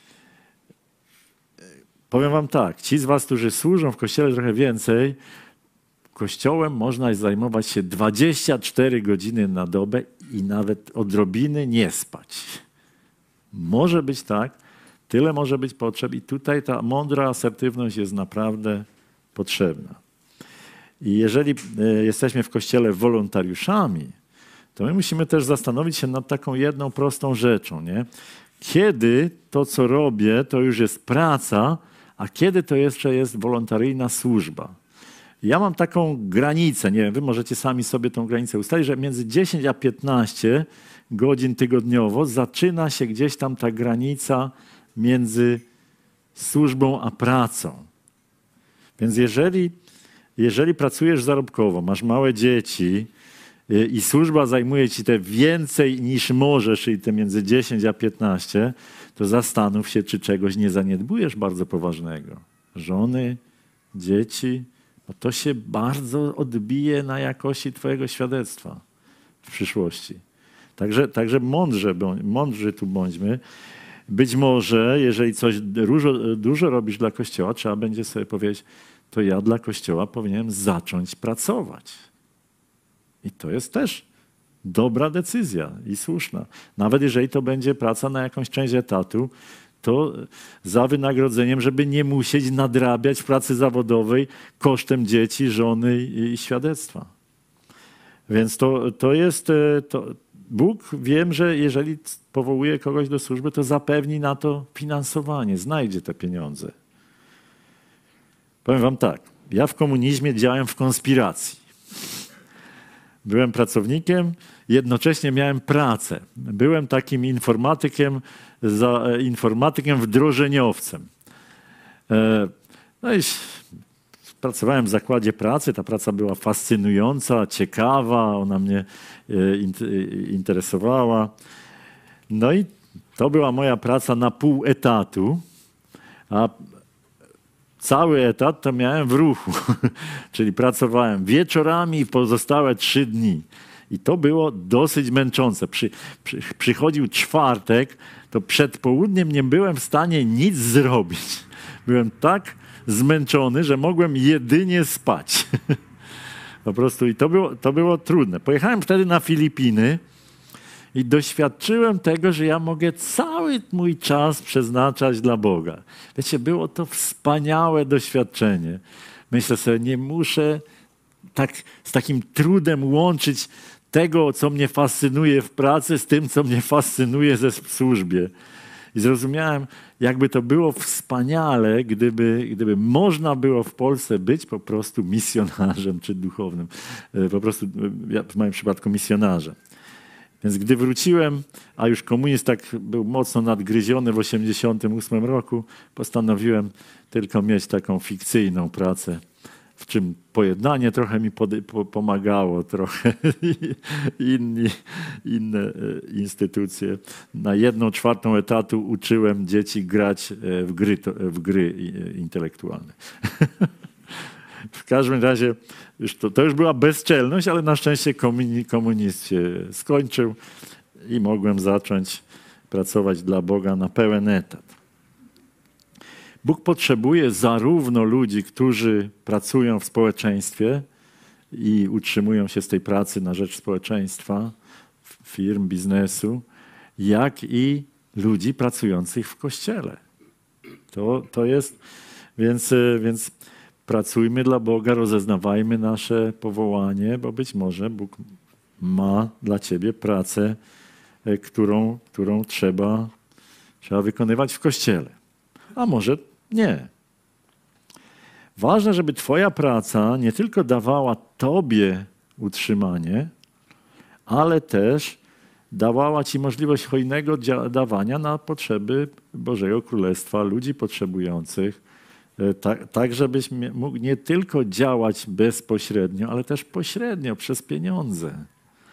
powiem wam tak. Ci z was, którzy służą w Kościele trochę więcej, Kościołem można zajmować się dwadzieścia cztery godziny na dobę i nawet odrobiny nie spać. Może być tak. Tyle może być potrzeb i tutaj ta mądra asertywność jest naprawdę potrzebna. I jeżeli jesteśmy w Kościele wolontariuszami, to my musimy też zastanowić się nad taką jedną prostą rzeczą. Nie? Kiedy to, co robię, to już jest praca, a kiedy to jeszcze jest wolontaryjna służba. Ja mam taką granicę, nie wiem, wy możecie sami sobie tą granicę ustalić, że między dziesięć a piętnaście godzin tygodniowo zaczyna się gdzieś tam ta granica między służbą a pracą. Więc jeżeli, jeżeli pracujesz zarobkowo, masz małe dzieci i służba zajmuje ci te więcej niż możesz, czyli te między dziesięć a piętnaście, to zastanów się, czy czegoś nie zaniedbujesz bardzo poważnego. Żony, dzieci, bo to się bardzo odbije na jakości twojego świadectwa w przyszłości. Także, także mądrze, mądrzy tu bądźmy. Być może, jeżeli coś dużo, dużo robisz dla Kościoła, trzeba będzie sobie powiedzieć, to ja dla Kościoła powinienem zacząć pracować. I to jest też dobra decyzja i słuszna. Nawet jeżeli to będzie praca na jakąś część etatu, to za wynagrodzeniem, żeby nie musieć nadrabiać w pracy zawodowej kosztem dzieci, żony i, i świadectwa. Więc to, to jest... To, Bóg, wiem, że jeżeli powołuje kogoś do służby, to zapewni na to finansowanie, znajdzie te pieniądze. Powiem wam tak, ja w komunizmie działałem w konspiracji. Byłem pracownikiem, jednocześnie miałem pracę. Byłem takim informatykiem, za, informatykiem wdrożeniowcem. No i pracowałem w zakładzie pracy, ta praca była fascynująca, ciekawa, ona mnie interesowała. No i to była moja praca na pół etatu, a cały etat to miałem w ruchu, czyli pracowałem wieczorami i pozostałe trzy dni. I to było dosyć męczące. Przy, przy, przychodził czwartek, to przed południem nie byłem w stanie nic zrobić. Byłem tak zmęczony, że mogłem jedynie spać. Po prostu i to było, to było trudne. Pojechałem wtedy na Filipiny i doświadczyłem tego, że ja mogę cały mój czas przeznaczać dla Boga. Wiecie, było to wspaniałe doświadczenie. Myślę sobie, nie muszę tak z takim trudem łączyć tego, co mnie fascynuje w pracy, z tym, co mnie fascynuje ze w służbie. I zrozumiałem, jakby to było wspaniale, gdyby, gdyby można było w Polsce być po prostu misjonarzem czy duchownym. Po prostu, ja w moim przypadku misjonarzem. Więc gdy wróciłem, a już komunizm tak był mocno nadgryziony w osiemdziesiątym ósmym roku, postanowiłem tylko mieć taką fikcyjną pracę, w czym pojednanie trochę mi po pomagało, trochę inni, inne instytucje. Na jedną czwartą etatu uczyłem dzieci grać w gry, w gry intelektualne. W każdym razie już to, to już była bezczelność, ale na szczęście komunizm się skończył i mogłem zacząć pracować dla Boga na pełen etat. Bóg potrzebuje zarówno ludzi, którzy pracują w społeczeństwie i utrzymują się z tej pracy na rzecz społeczeństwa, firm, biznesu, jak i ludzi pracujących w Kościele. To, to jest, więc, więc pracujmy dla Boga, rozeznawajmy nasze powołanie, bo być może Bóg ma dla ciebie pracę, którą, którą trzeba, trzeba wykonywać w Kościele. A może nie. Ważne, żeby twoja praca nie tylko dawała tobie utrzymanie, ale też dawała ci możliwość hojnego dawania na potrzeby Bożego Królestwa, ludzi potrzebujących tak, tak żebyś mógł nie tylko działać bezpośrednio, ale też pośrednio przez pieniądze.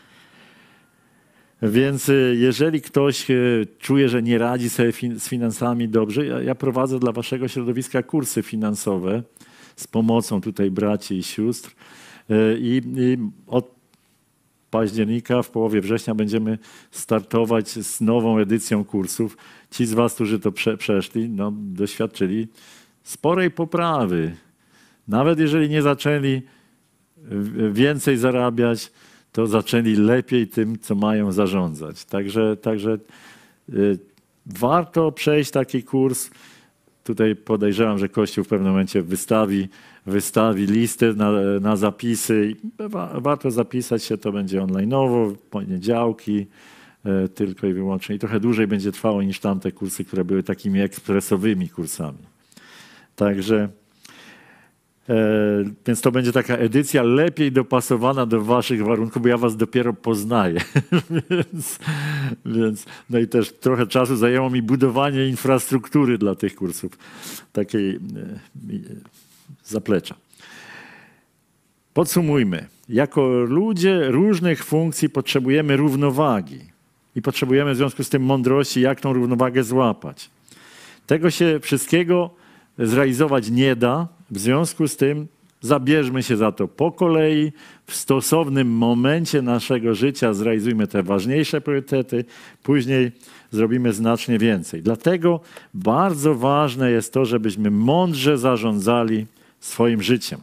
Więc jeżeli ktoś czuje, że nie radzi sobie z finansami dobrze, ja, ja prowadzę dla waszego środowiska kursy finansowe z pomocą tutaj braci i sióstr i, i od października, w połowie września będziemy startować z nową edycją kursów. Ci z was, którzy to prze, przeszli, no, doświadczyli sporej poprawy. Nawet jeżeli nie zaczęli więcej zarabiać, to zaczęli lepiej tym, co mają zarządzać. Także, także y, warto przejść taki kurs. Tutaj podejrzewam, że Kościół w pewnym momencie wystawi, wystawi listę na, na zapisy. Wa, warto zapisać się, to będzie online'owo, w poniedziałki y, tylko i wyłącznie. I trochę dłużej będzie trwało niż tamte kursy, które były takimi ekspresowymi kursami. Także E, więc to będzie taka edycja lepiej dopasowana do waszych warunków, bo ja was dopiero poznaję. więc, więc, no i też trochę czasu zajęło mi budowanie infrastruktury dla tych kursów, takiej e, zaplecza. Podsumujmy. Jako ludzie różnych funkcji potrzebujemy równowagi i potrzebujemy w związku z tym mądrości, jak tą równowagę złapać. Tego się wszystkiego zrealizować nie da. W związku z tym zabierzmy się za to po kolei, w stosownym momencie naszego życia zrealizujmy te ważniejsze priorytety, później zrobimy znacznie więcej. Dlatego bardzo ważne jest to, żebyśmy mądrze zarządzali swoim życiem.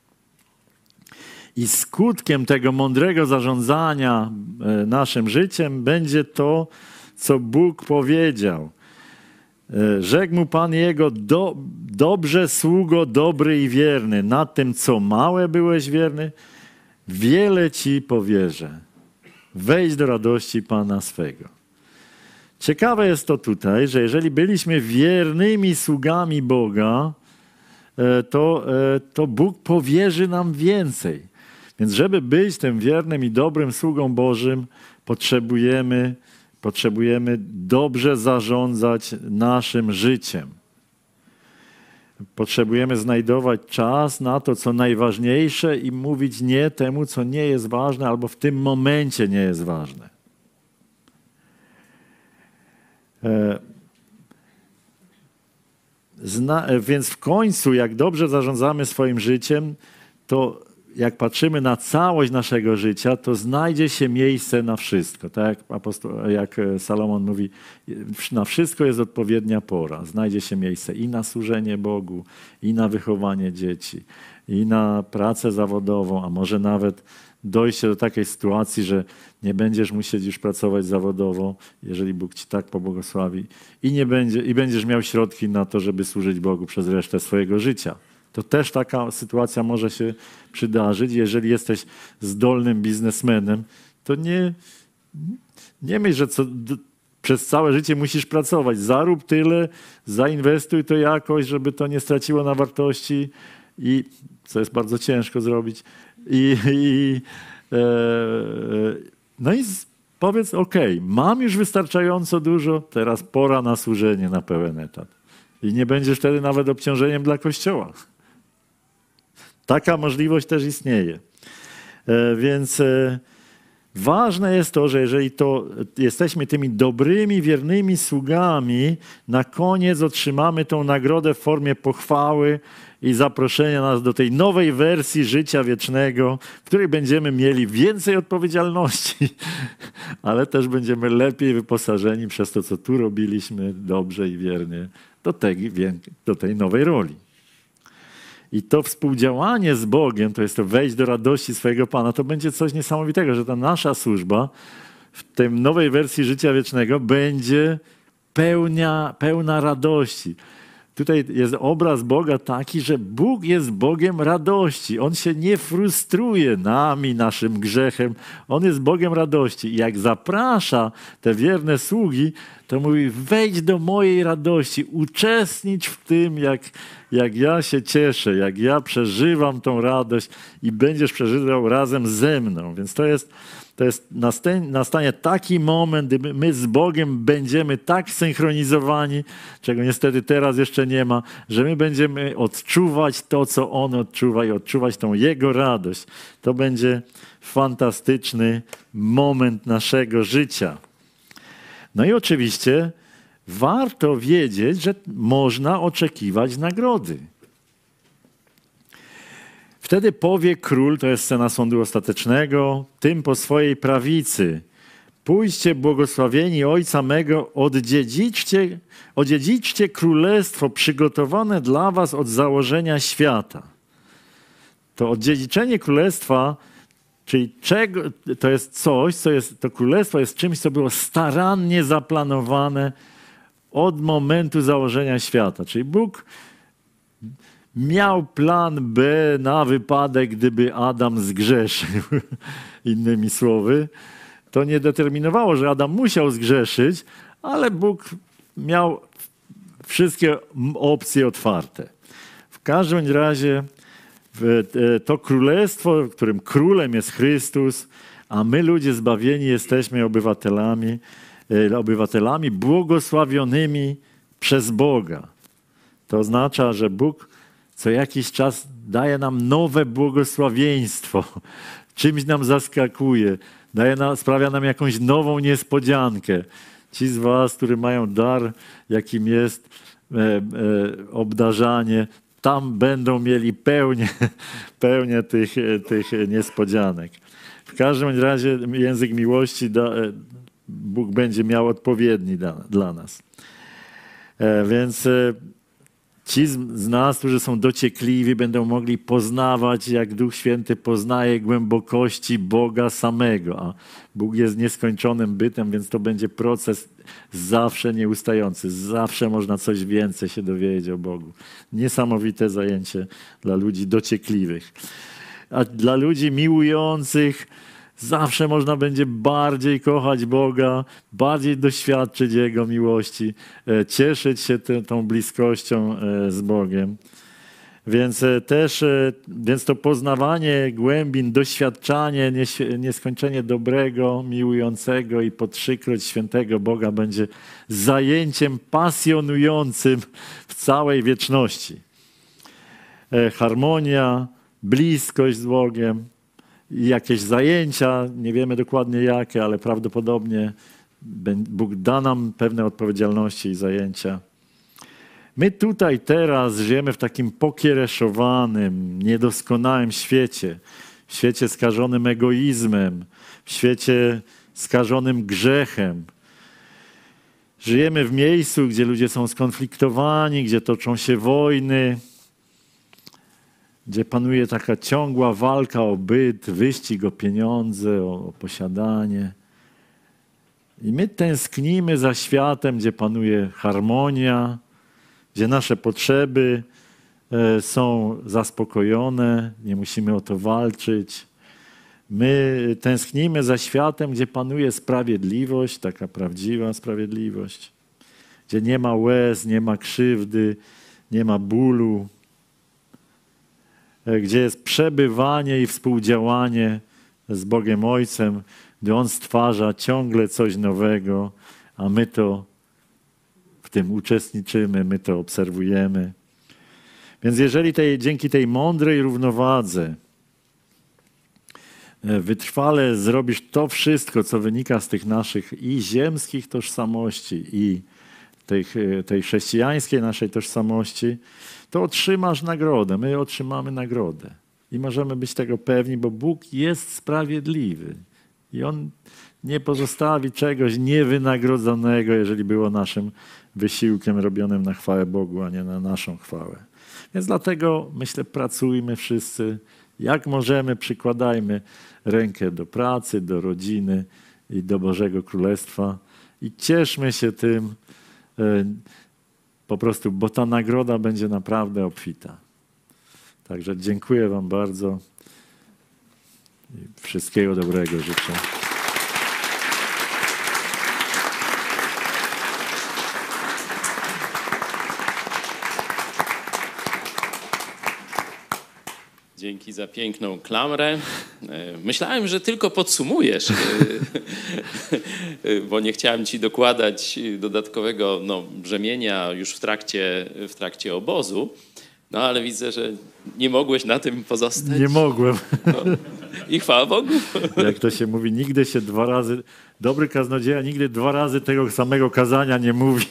I skutkiem tego mądrego zarządzania naszym życiem będzie to, co Bóg powiedział. Rzekł mu Pan jego, do, dobrze sługo, dobry i wierny, nad tym, co małe byłeś wierny, wiele ci powierzę. Wejdź do radości Pana swego. Ciekawe jest to tutaj, że jeżeli byliśmy wiernymi sługami Boga, to, to Bóg powierzy nam więcej. Więc żeby być tym wiernym i dobrym sługą Bożym, potrzebujemy Potrzebujemy dobrze zarządzać naszym życiem. Potrzebujemy znajdować czas na to, co najważniejsze i mówić nie temu, co nie jest ważne albo w tym momencie nie jest ważne. Zna, więc w końcu, jak dobrze zarządzamy swoim życiem, to jak patrzymy na całość naszego życia, to znajdzie się miejsce na wszystko. Tak jak, apostoł, jak Salomon mówi, na wszystko jest odpowiednia pora. Znajdzie się miejsce i na służenie Bogu, i na wychowanie dzieci, i na pracę zawodową, a może nawet dojście do takiej sytuacji, że nie będziesz musieć już pracować zawodowo, jeżeli Bóg ci tak pobłogosławi, i, nie będzie, i będziesz miał środki na to, żeby służyć Bogu przez resztę swojego życia. To też taka sytuacja może się przydarzyć. Jeżeli jesteś zdolnym biznesmenem, to nie, nie myśl, że co, d, przez całe życie musisz pracować. Zarób tyle, zainwestuj to jakoś, żeby to nie straciło na wartości, i co jest bardzo ciężko zrobić. I, i, e, no i powiedz, ok, mam już wystarczająco dużo, teraz pora na służenie na pełen etat. I nie będziesz wtedy nawet obciążeniem dla Kościoła. Taka możliwość też istnieje. E, więc e, ważne jest to, że jeżeli to jesteśmy tymi dobrymi, wiernymi sługami, na koniec otrzymamy tą nagrodę w formie pochwały i zaproszenia nas do tej nowej wersji życia wiecznego, w której będziemy mieli więcej odpowiedzialności, ale też będziemy lepiej wyposażeni przez to, co tu robiliśmy dobrze i wiernie do tej, do tej nowej roli. I to współdziałanie z Bogiem, to jest to wejść do radości swojego Pana, to będzie coś niesamowitego, że ta nasza służba w tej nowej wersji życia wiecznego będzie pełnia, pełna radości. Tutaj jest obraz Boga taki, że Bóg jest Bogiem radości. On się nie frustruje nami, naszym grzechem. On jest Bogiem radości. I jak zaprasza te wierne sługi, to mówi, wejdź do mojej radości, uczestnicz w tym, jak, jak ja się cieszę, jak ja przeżywam tą radość i będziesz przeżywał razem ze mną. Więc to jest, To jest nastanie taki moment, gdy my z Bogiem będziemy tak synchronizowani, czego niestety teraz jeszcze nie ma, że my będziemy odczuwać to, co On odczuwa i odczuwać tą Jego radość. To będzie fantastyczny moment naszego życia. No i oczywiście warto wiedzieć, że można oczekiwać nagrody. Wtedy powie król, to jest scena sądu ostatecznego, tym po swojej prawicy: pójdźcie błogosławieni Ojca mego, odziedziczcie, odziedziczcie królestwo przygotowane dla was od założenia świata. To odziedziczenie królestwa, czyli czego, to jest coś, co jest, to królestwo jest czymś, co było starannie zaplanowane od momentu założenia świata. Czyli Bóg miał plan B na wypadek, gdyby Adam zgrzeszył. Innymi słowy, to nie determinowało, że Adam musiał zgrzeszyć, ale Bóg miał wszystkie opcje otwarte. W każdym razie to królestwo, w którym królem jest Chrystus, a my ludzie zbawieni jesteśmy obywatelami, obywatelami błogosławionymi przez Boga. To oznacza, że Bóg co jakiś czas daje nam nowe błogosławieństwo, czymś nam zaskakuje, daje nam, sprawia nam jakąś nową niespodziankę. Ci z was, którzy mają dar, jakim jest e, e, obdarzanie, tam będą mieli pełnię, pełnię tych, tych niespodzianek. W każdym razie język miłości da, Bóg będzie miał odpowiedni dla, dla nas. E, więc e, ci z, z nas, którzy są dociekliwi, będą mogli poznawać, jak Duch Święty poznaje głębokości Boga samego. A Bóg jest nieskończonym bytem, więc to będzie proces zawsze nieustający. Zawsze można coś więcej się dowiedzieć o Bogu. Niesamowite zajęcie dla ludzi dociekliwych. A dla ludzi miłujących zawsze można będzie bardziej kochać Boga, bardziej doświadczyć Jego miłości, cieszyć się ty, tą bliskością z Bogiem. Więc też więc to poznawanie głębin, doświadczanie nieskończenie dobrego, miłującego i po trzykroć świętego Boga będzie zajęciem pasjonującym w całej wieczności. Harmonia, bliskość z Bogiem, i jakieś zajęcia, nie wiemy dokładnie jakie, ale prawdopodobnie Bóg da nam pewne odpowiedzialności i zajęcia. My tutaj teraz żyjemy w takim pokiereszowanym, niedoskonałym świecie. W świecie skażonym egoizmem, w świecie skażonym grzechem. Żyjemy w miejscu, gdzie ludzie są skonfliktowani, gdzie toczą się wojny, gdzie panuje taka ciągła walka o byt, wyścig o pieniądze, o, o posiadanie. I my tęsknimy za światem, gdzie panuje harmonia, gdzie nasze potrzeby e, są zaspokojone, nie musimy o to walczyć. My tęsknimy za światem, gdzie panuje sprawiedliwość, taka prawdziwa sprawiedliwość, gdzie nie ma łez, nie ma krzywdy, nie ma bólu, gdzie jest przebywanie i współdziałanie z Bogiem Ojcem, gdy On stwarza ciągle coś nowego, a my to w tym uczestniczymy, my to obserwujemy. Więc jeżeli tej, dzięki tej mądrej równowadze wytrwale zrobisz to wszystko, co wynika z tych naszych i ziemskich tożsamości, i tej, tej chrześcijańskiej naszej tożsamości, to otrzymasz nagrodę. My otrzymamy nagrodę. I możemy być tego pewni, bo Bóg jest sprawiedliwy. I On nie pozostawi czegoś niewynagrodzonego, jeżeli było naszym wysiłkiem robionym na chwałę Bogu, a nie na naszą chwałę. Więc dlatego, myślę, pracujmy wszyscy. Jak możemy, przykładajmy rękę do pracy, do rodziny i do Bożego Królestwa. I cieszmy się tym, po prostu, bo ta nagroda będzie naprawdę obfita. Także dziękuję wam bardzo i wszystkiego dobrego życzę. Dzięki za piękną klamrę. Myślałem, że tylko podsumujesz, bo nie chciałem ci dokładać dodatkowego no, brzemienia już w trakcie, w trakcie obozu, no ale widzę, że nie mogłeś na tym pozostać. Nie mogłem. No, i chwała Bogu. Jak to się mówi, nigdy się dwa razy, dobry kaznodzieja nigdy dwa razy tego samego kazania nie mówi.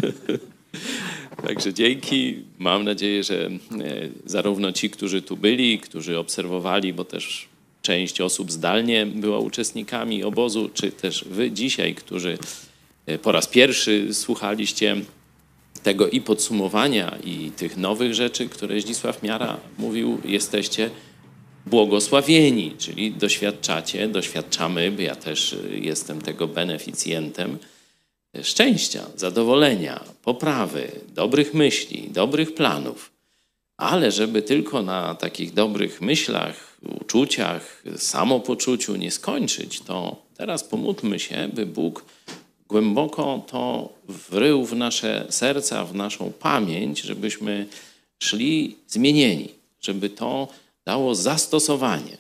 Także dzięki. Mam nadzieję, że zarówno ci, którzy tu byli, którzy obserwowali, bo też część osób zdalnie była uczestnikami obozu, czy też wy dzisiaj, którzy po raz pierwszy słuchaliście tego i podsumowania, i tych nowych rzeczy, które Zdzisław Miara mówił, jesteście błogosławieni, czyli doświadczacie, doświadczamy, bo ja też jestem tego beneficjentem, szczęścia, zadowolenia, poprawy, dobrych myśli, dobrych planów. Ale żeby tylko na takich dobrych myślach, uczuciach, samopoczuciu nie skończyć, to teraz pomódlmy się, by Bóg głęboko to wrył w nasze serca, w naszą pamięć, żebyśmy szli zmienieni, żeby to dało zastosowanie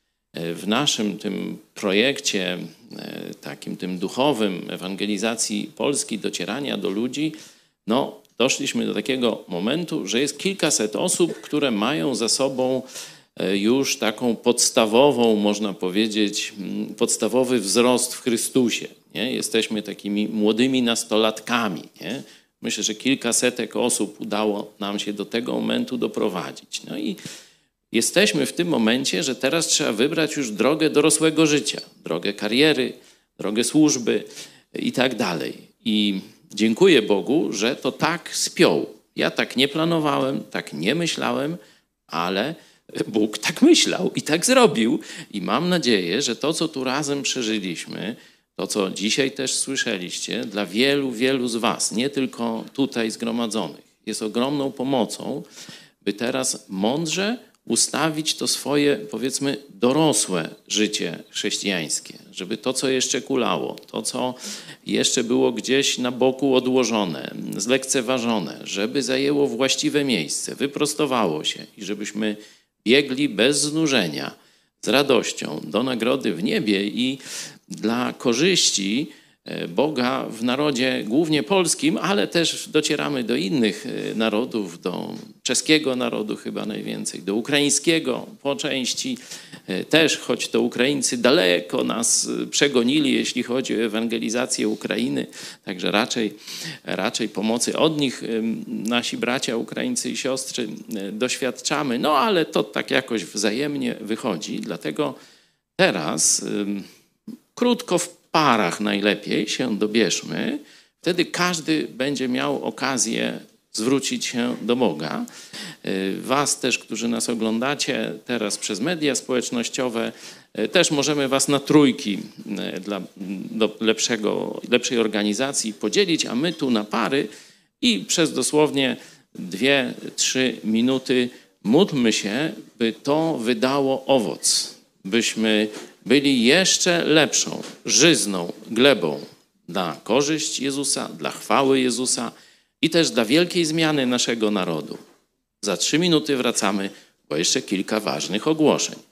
w naszym tym projekcie, takim tym duchowym ewangelizacji Polski, docierania do ludzi. No, doszliśmy do takiego momentu, że jest kilkaset osób, które mają za sobą już taką podstawową, można powiedzieć, podstawowy wzrost w Chrystusie. Nie? Jesteśmy takimi młodymi nastolatkami. Nie? Myślę, że kilkasetek osób udało nam się do tego momentu doprowadzić. No i jesteśmy w tym momencie, że teraz trzeba wybrać już drogę dorosłego życia, drogę kariery, drogę służby i tak dalej. I dziękuję Bogu, że to tak spiął. Ja tak nie planowałem, tak nie myślałem, ale Bóg tak myślał i tak zrobił. I mam nadzieję, że to, co tu razem przeżyliśmy, to, co dzisiaj też słyszeliście, dla wielu, wielu z was, nie tylko tutaj zgromadzonych, jest ogromną pomocą, by teraz mądrze ustawić to swoje, powiedzmy, dorosłe życie chrześcijańskie, żeby to, co jeszcze kulało, to, co jeszcze było gdzieś na boku odłożone, zlekceważone, żeby zajęło właściwe miejsce, wyprostowało się i żebyśmy biegli bez znużenia, z radością do nagrody w niebie i dla korzyści Boga w narodzie głównie polskim, ale też docieramy do innych narodów, do czeskiego narodu chyba najwięcej, do ukraińskiego po części też, choć to Ukraińcy daleko nas przegonili, jeśli chodzi o ewangelizację Ukrainy, także raczej, raczej pomocy od nich nasi bracia Ukraińcy i siostry doświadczamy, no ale to tak jakoś wzajemnie wychodzi, dlatego teraz krótko w parach najlepiej się dobierzmy, wtedy każdy będzie miał okazję zwrócić się do Boga. Was też, którzy nas oglądacie teraz przez media społecznościowe, też możemy was na trójki dla do lepszego, lepszej organizacji podzielić, a my tu na pary i przez dosłownie dwie, trzy minuty módlmy się, by to wydało owoc, byśmy byli jeszcze lepszą, żyzną glebą dla korzyść Jezusa, dla chwały Jezusa i też dla wielkiej zmiany naszego narodu. Za trzy minuty wracamy, bo jeszcze kilka ważnych ogłoszeń.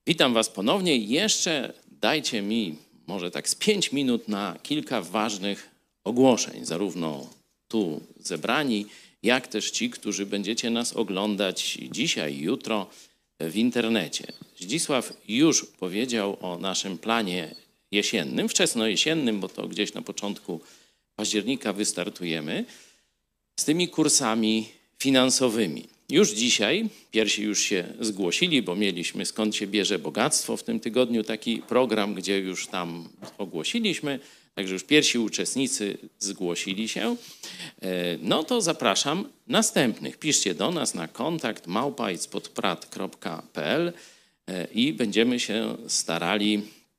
Witam was ponownie. Jeszcze dajcie mi może tak z pięć minut na kilka ważnych ogłoszeń, zarówno tu zebrani, jak też ci, którzy będziecie nas oglądać dzisiaj, jutro w internecie. Zdzisław już powiedział o naszym planie jesiennym, wczesnojesiennym, bo to gdzieś na początku października wystartujemy, z tymi kursami finansowymi. Już dzisiaj, pierwsi już się zgłosili, bo mieliśmy Skąd się bierze bogactwo w tym tygodniu, taki program, gdzie już tam ogłosiliśmy, także już pierwsi uczestnicy zgłosili się. No to zapraszam następnych. Piszcie do nas na kontakt małpa ispodprat kropka pe el i będziemy się starali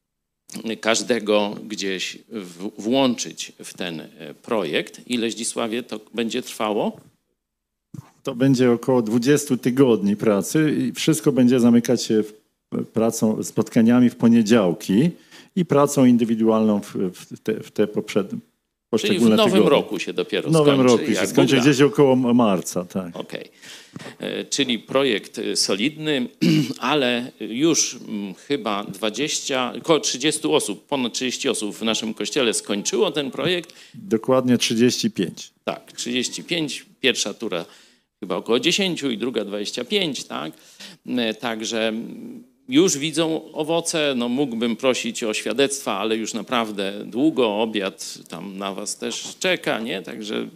każdego gdzieś w, włączyć w ten projekt. Ile, Zdzisławie, to będzie trwało? To będzie około dwudziestu tygodni pracy i wszystko będzie zamykać się pracą, spotkaniami w poniedziałki i pracą indywidualną w, w te, w te poprzednie, poszczególne Czyli w nowym tygodnie. roku się dopiero W nowym skończy, roku się jak skończy, Bóg da. gdzieś około marca, tak. Okej. Czyli projekt solidny, ale już chyba dwadzieścia, około trzydzieści osób, ponad trzydzieści osób w naszym kościele skończyło ten projekt. Dokładnie trzydzieści pięć. Tak, trzydzieści pięć, pierwsza tura chyba około dziesięć i druga dwadzieścia pięć, tak? Także już widzą owoce, no mógłbym prosić o świadectwa, ale już naprawdę długo, obiad tam na was też czeka, nie? Także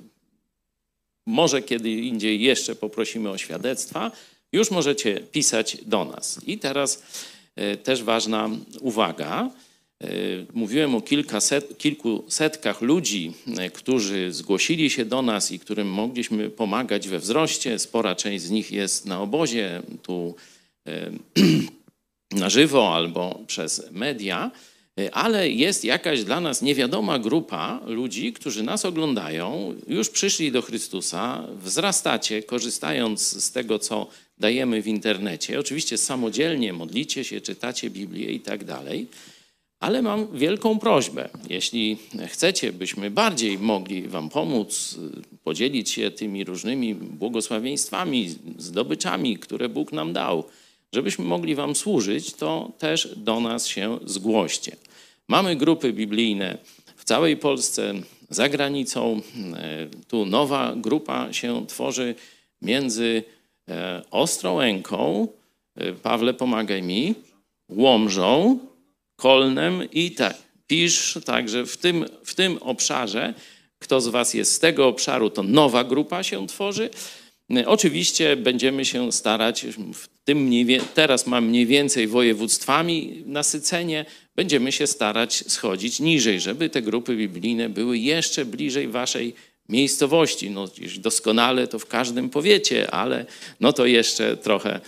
może kiedy indziej jeszcze poprosimy o świadectwa. Już możecie pisać do nas. I teraz y, też ważna uwaga. Y, mówiłem o kilkaset, kilku setkach ludzi, y, którzy zgłosili się do nas i którym mogliśmy pomagać we wzroście. Spora część z nich jest na obozie, tu y, na żywo albo przez media. Ale jest jakaś dla nas niewiadoma grupa ludzi, którzy nas oglądają, już przyszli do Chrystusa, wzrastacie, korzystając z tego, co dajemy w internecie. Oczywiście samodzielnie modlicie się, czytacie Biblię i tak dalej. Ale mam wielką prośbę. Jeśli chcecie, byśmy bardziej mogli wam pomóc, podzielić się tymi różnymi błogosławieństwami, zdobyczami, które Bóg nam dał, żebyśmy mogli wam służyć, to też do nas się zgłoście. Mamy grupy biblijne w całej Polsce, za granicą. Tu nowa grupa się tworzy między Ostrołęką, Pawle, pomagaj mi, Łomżą, Kolnem i tak. Pisz, także w tym, w tym obszarze, kto z was jest z tego obszaru, to nowa grupa się tworzy. Oczywiście będziemy się starać, w tym mniej wie, teraz mam mniej więcej województwami nasycenie, będziemy się starać schodzić niżej, żeby te grupy biblijne były jeszcze bliżej waszej miejscowości. No, doskonale to w każdym powiecie, ale no to jeszcze trochę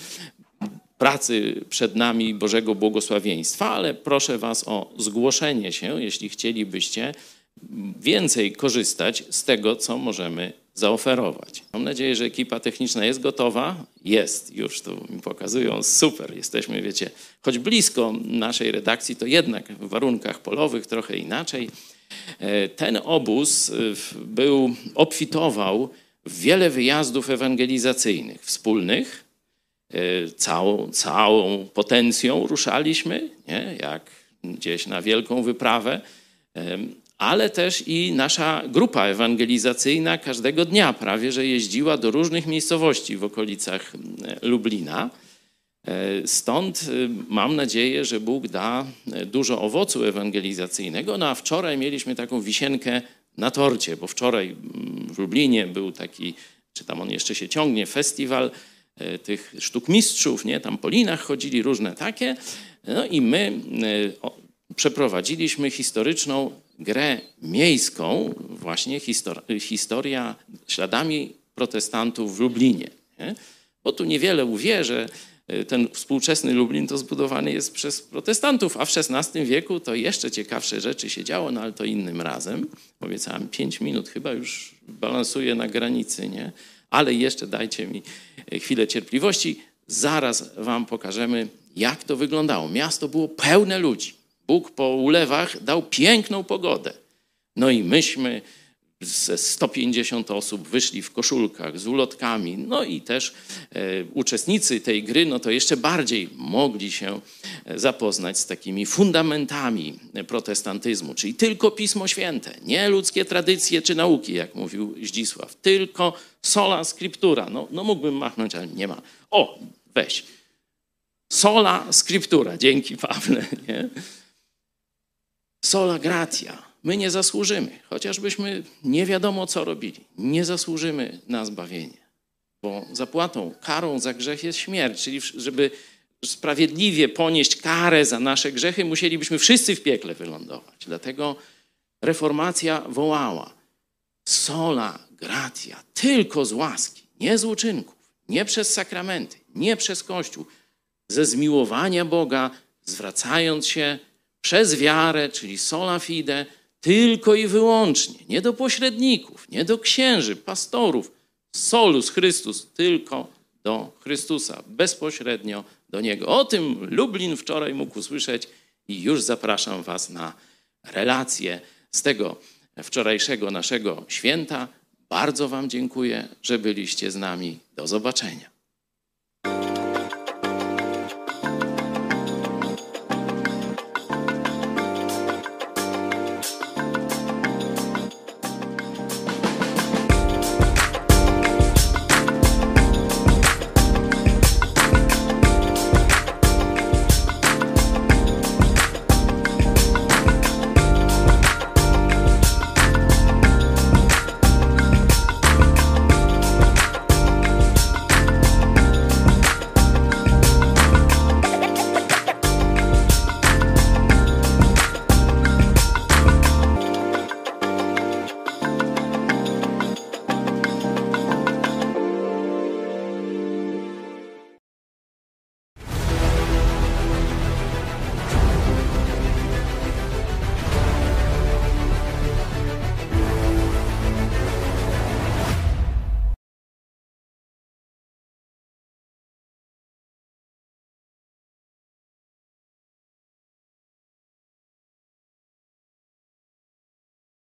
pracy przed nami, Bożego błogosławieństwa, ale proszę was o zgłoszenie się, jeśli chcielibyście więcej korzystać z tego, co możemy zaoferować. Mam nadzieję, że ekipa techniczna jest gotowa. Jest, już to mi pokazują. Super, jesteśmy, wiecie, choć blisko naszej redakcji, to jednak w warunkach polowych trochę inaczej. Ten obóz był, obfitował w wiele wyjazdów ewangelizacyjnych, wspólnych. Całą, całą potencją ruszaliśmy, nie? Jak gdzieś na wielką wyprawę. Ale też i nasza grupa ewangelizacyjna każdego dnia prawie, że jeździła do różnych miejscowości w okolicach Lublina. Stąd mam nadzieję, że Bóg da dużo owocu ewangelizacyjnego. No a wczoraj mieliśmy taką wisienkę na torcie, bo wczoraj w Lublinie był taki, czy tam on jeszcze się ciągnie, festiwal tych sztukmistrzów, nie? Tam po linach chodzili, różne takie. No i my przeprowadziliśmy historyczną grę miejską, właśnie histor- historia śladami protestantów w Lublinie. Nie? Bo tu niewiele uwierzy, ten współczesny Lublin to zbudowany jest przez protestantów, a w szesnastym wieku to jeszcze ciekawsze rzeczy się działo, no ale to innym razem. Obiecałem pięć minut, chyba już balansuję na granicy, nie? Ale jeszcze dajcie mi chwilę cierpliwości. Zaraz wam pokażemy, jak to wyglądało. Miasto było pełne ludzi. Bóg po ulewach dał piękną pogodę. No i myśmy ze sto pięćdziesiąt osób wyszli w koszulkach z ulotkami, no i też e, uczestnicy tej gry, no to jeszcze bardziej mogli się zapoznać z takimi fundamentami protestantyzmu, czyli tylko Pismo Święte, nie ludzkie tradycje czy nauki, jak mówił Zdzisław, tylko sola scriptura. No, no mógłbym machnąć, ale nie ma. O, weź. Sola scriptura, dzięki Pawle. Nie? Sola gratia. My nie zasłużymy, chociażbyśmy nie wiadomo co robili. Nie zasłużymy na zbawienie, bo zapłatą, karą za grzech jest śmierć. Czyli żeby sprawiedliwie ponieść karę za nasze grzechy, musielibyśmy wszyscy w piekle wylądować. Dlatego reformacja wołała sola gratia, tylko z łaski, nie z uczynków, nie przez sakramenty, nie przez Kościół, ze zmiłowania Boga, zwracając się przez wiarę, czyli sola fide, tylko i wyłącznie, nie do pośredników, nie do księży, pastorów, solus Chrystus, tylko do Chrystusa, bezpośrednio do Niego. O tym Lublin wczoraj mógł usłyszeć i już zapraszam was na relację z tego wczorajszego naszego święta. Bardzo wam dziękuję, że byliście z nami. Do zobaczenia.